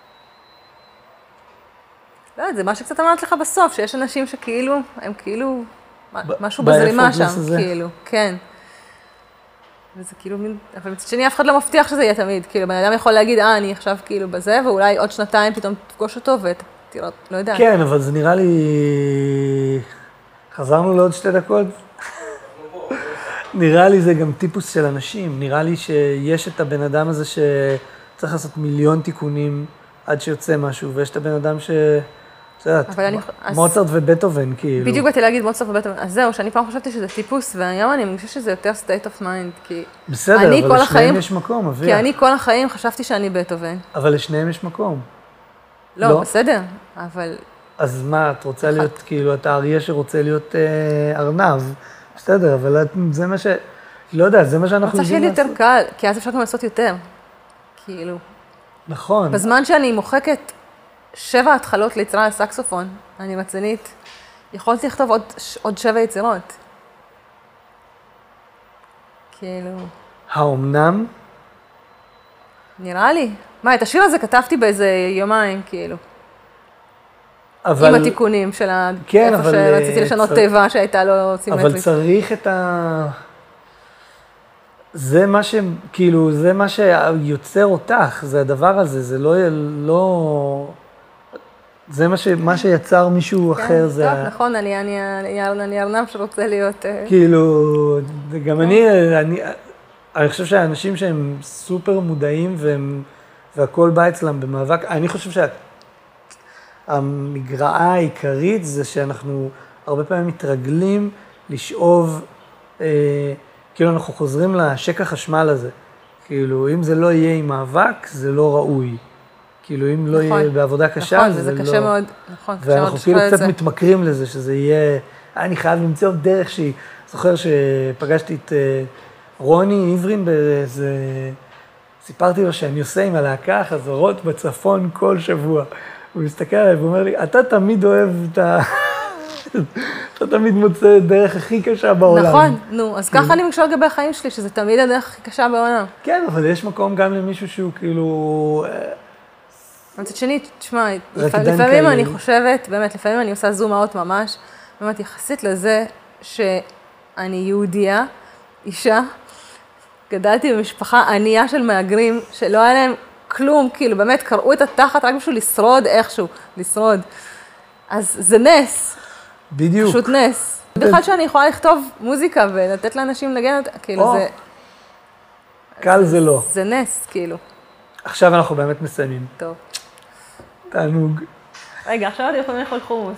לא יודעת, זה מה שקצת אמרת לך בסוף, שיש אנשים שכאילו, הם כאילו, משהו ב- בזרימה שם, ב-effortless הזה. כאילו, כן. וזה כאילו מין, אבל מצד שני אף אחד לא מבטיח שזה יהיה תמיד, כאילו, בן אדם יכול להגיד, אה, אני עכשיו כאילו בזה, ואולי עוד שנתיים פתאום תפגוש אותו ותראה, לא יודעת. כן, אבל זה נראה לי... חזרנו לעוד שתי דקות. נראה לי זה גם טיפוס של אנשים, נראה לי שיש את הבן אדם הזה שצריך לעשות מיליון תיקונים עד שיוצא משהו, ויש את הבן אדם ש... את יודעת, אבל אני- אז- מוצרט ובטהובן, כאילו. בדיוק באתי להגיד מוצרט ובטהובן, אז זהו, שאני פעם חשבתי שזה טיפוס, והיום אני מרגישה שזה יותר state of mind, כי... בסדר, אני אבל כל לשניהם החיים- יש מקום, כי אביה. אני כל החיים חשבתי שאני בטהובן. אבל לשניהם יש מקום. לא, לא? בסדר, אבל... אז מה, את רוצה אחת. להיות, כאילו, אתה אריה שרוצה להיות אה, ארנב, בסדר, אבל את- זה מה ש... לא יודע, זה מה שאנחנו רוצה שיהיה יודעים לי יותר קל, כי אז אפשר גם לעשות יותר. כאילו, נכון. בזמן שאני מוחקת שבע התחלות ליצירה לסקסופון, אני רצינית, יכולתי לכתוב עוד, עוד שבע יצירות. כאילו, האומנם? נראה לי. מה, את השיר הזה כתבתי באיזה יומיים, כאילו. אבל... עם התיקונים של ה... כן, איפה אבל... שרציתי לשנות צר... טבע שהייתה לו סימטרית. אבל צריך את ה... זה מה ש... כאילו, זה מה שיוצר אותך, זה הדבר הזה, זה לא... לא... זה מה, ש... מה שיצר מישהו כן, אחר, זה... טוב, נכון, אני, אני, אני, אני ארנב שרוצה להיות... כאילו, גם אני, אני, אני חושב שהאנשים שהם סופר מודעים והם, והכל בא אצלם במאבק, אני חושב שהמגרעה העיקרית זה שאנחנו הרבה פעמים מתרגלים לשאוב, אה, כאילו אנחנו חוזרים לשק החשמל הזה. כאילו, אם זה לא יהיה עם מאבק, זה לא ראוי. כאילו, אם לא נכון, יהיה בעבודה קשה, נכון, זה, זה וזה לא... קשה מאוד, נכון, קשה מאוד ואנחנו כאילו לשחרר את קצת זה. מתמכרים לזה, שזה יהיה... אני חייב למצוא דרך שהיא... זוכר שפגשתי את אה, רוני עברין באיזה... סיפרתי לו שאני עושה עם הלהקה חזרות בצפון כל שבוע. הוא מסתכל עליי ואומר לי, אתה תמיד אוהב את ה... אתה תמיד מוצא את דרך הכי קשה בעולם. נכון, נו, אז ככה אני מקשה לגבי החיים שלי, שזה תמיד הדרך הכי קשה בעולם. כן, אבל יש מקום גם למישהו שהוא כאילו... מצד שני, תשמע, רקדן לפעמים כאלה. אני חושבת, באמת, לפעמים אני עושה זום אאוט ממש, באמת, יחסית לזה שאני יהודייה, אישה, גדלתי במשפחה ענייה של מהגרים, שלא היה להם כלום, כאילו, באמת, קראו את התחת רק בשביל לשרוד איכשהו, לשרוד. אז זה נס, בדיוק. פשוט נס. בכלל שאני יכולה לכתוב מוזיקה ולתת לאנשים לנגן אותה, כאילו, או, זה... קל זה לא. זה נס, כאילו. עכשיו אנחנו באמת מסיימים. טוב. תענוג. רגע, עכשיו אתם יכולים לאכול חומוס.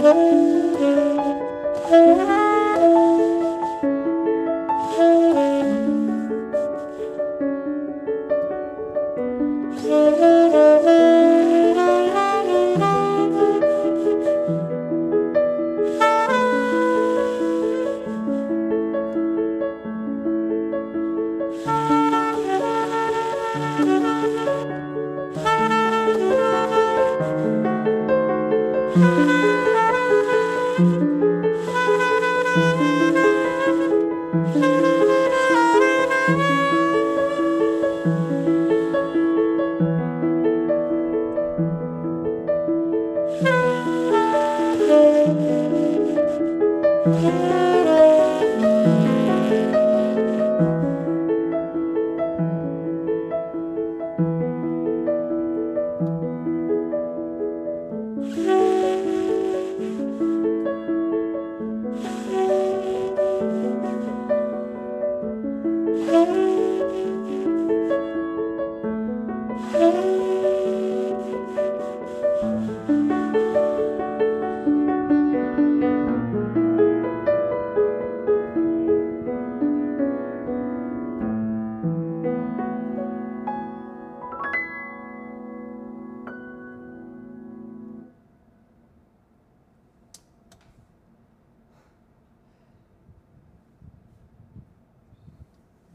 Mm-hmm.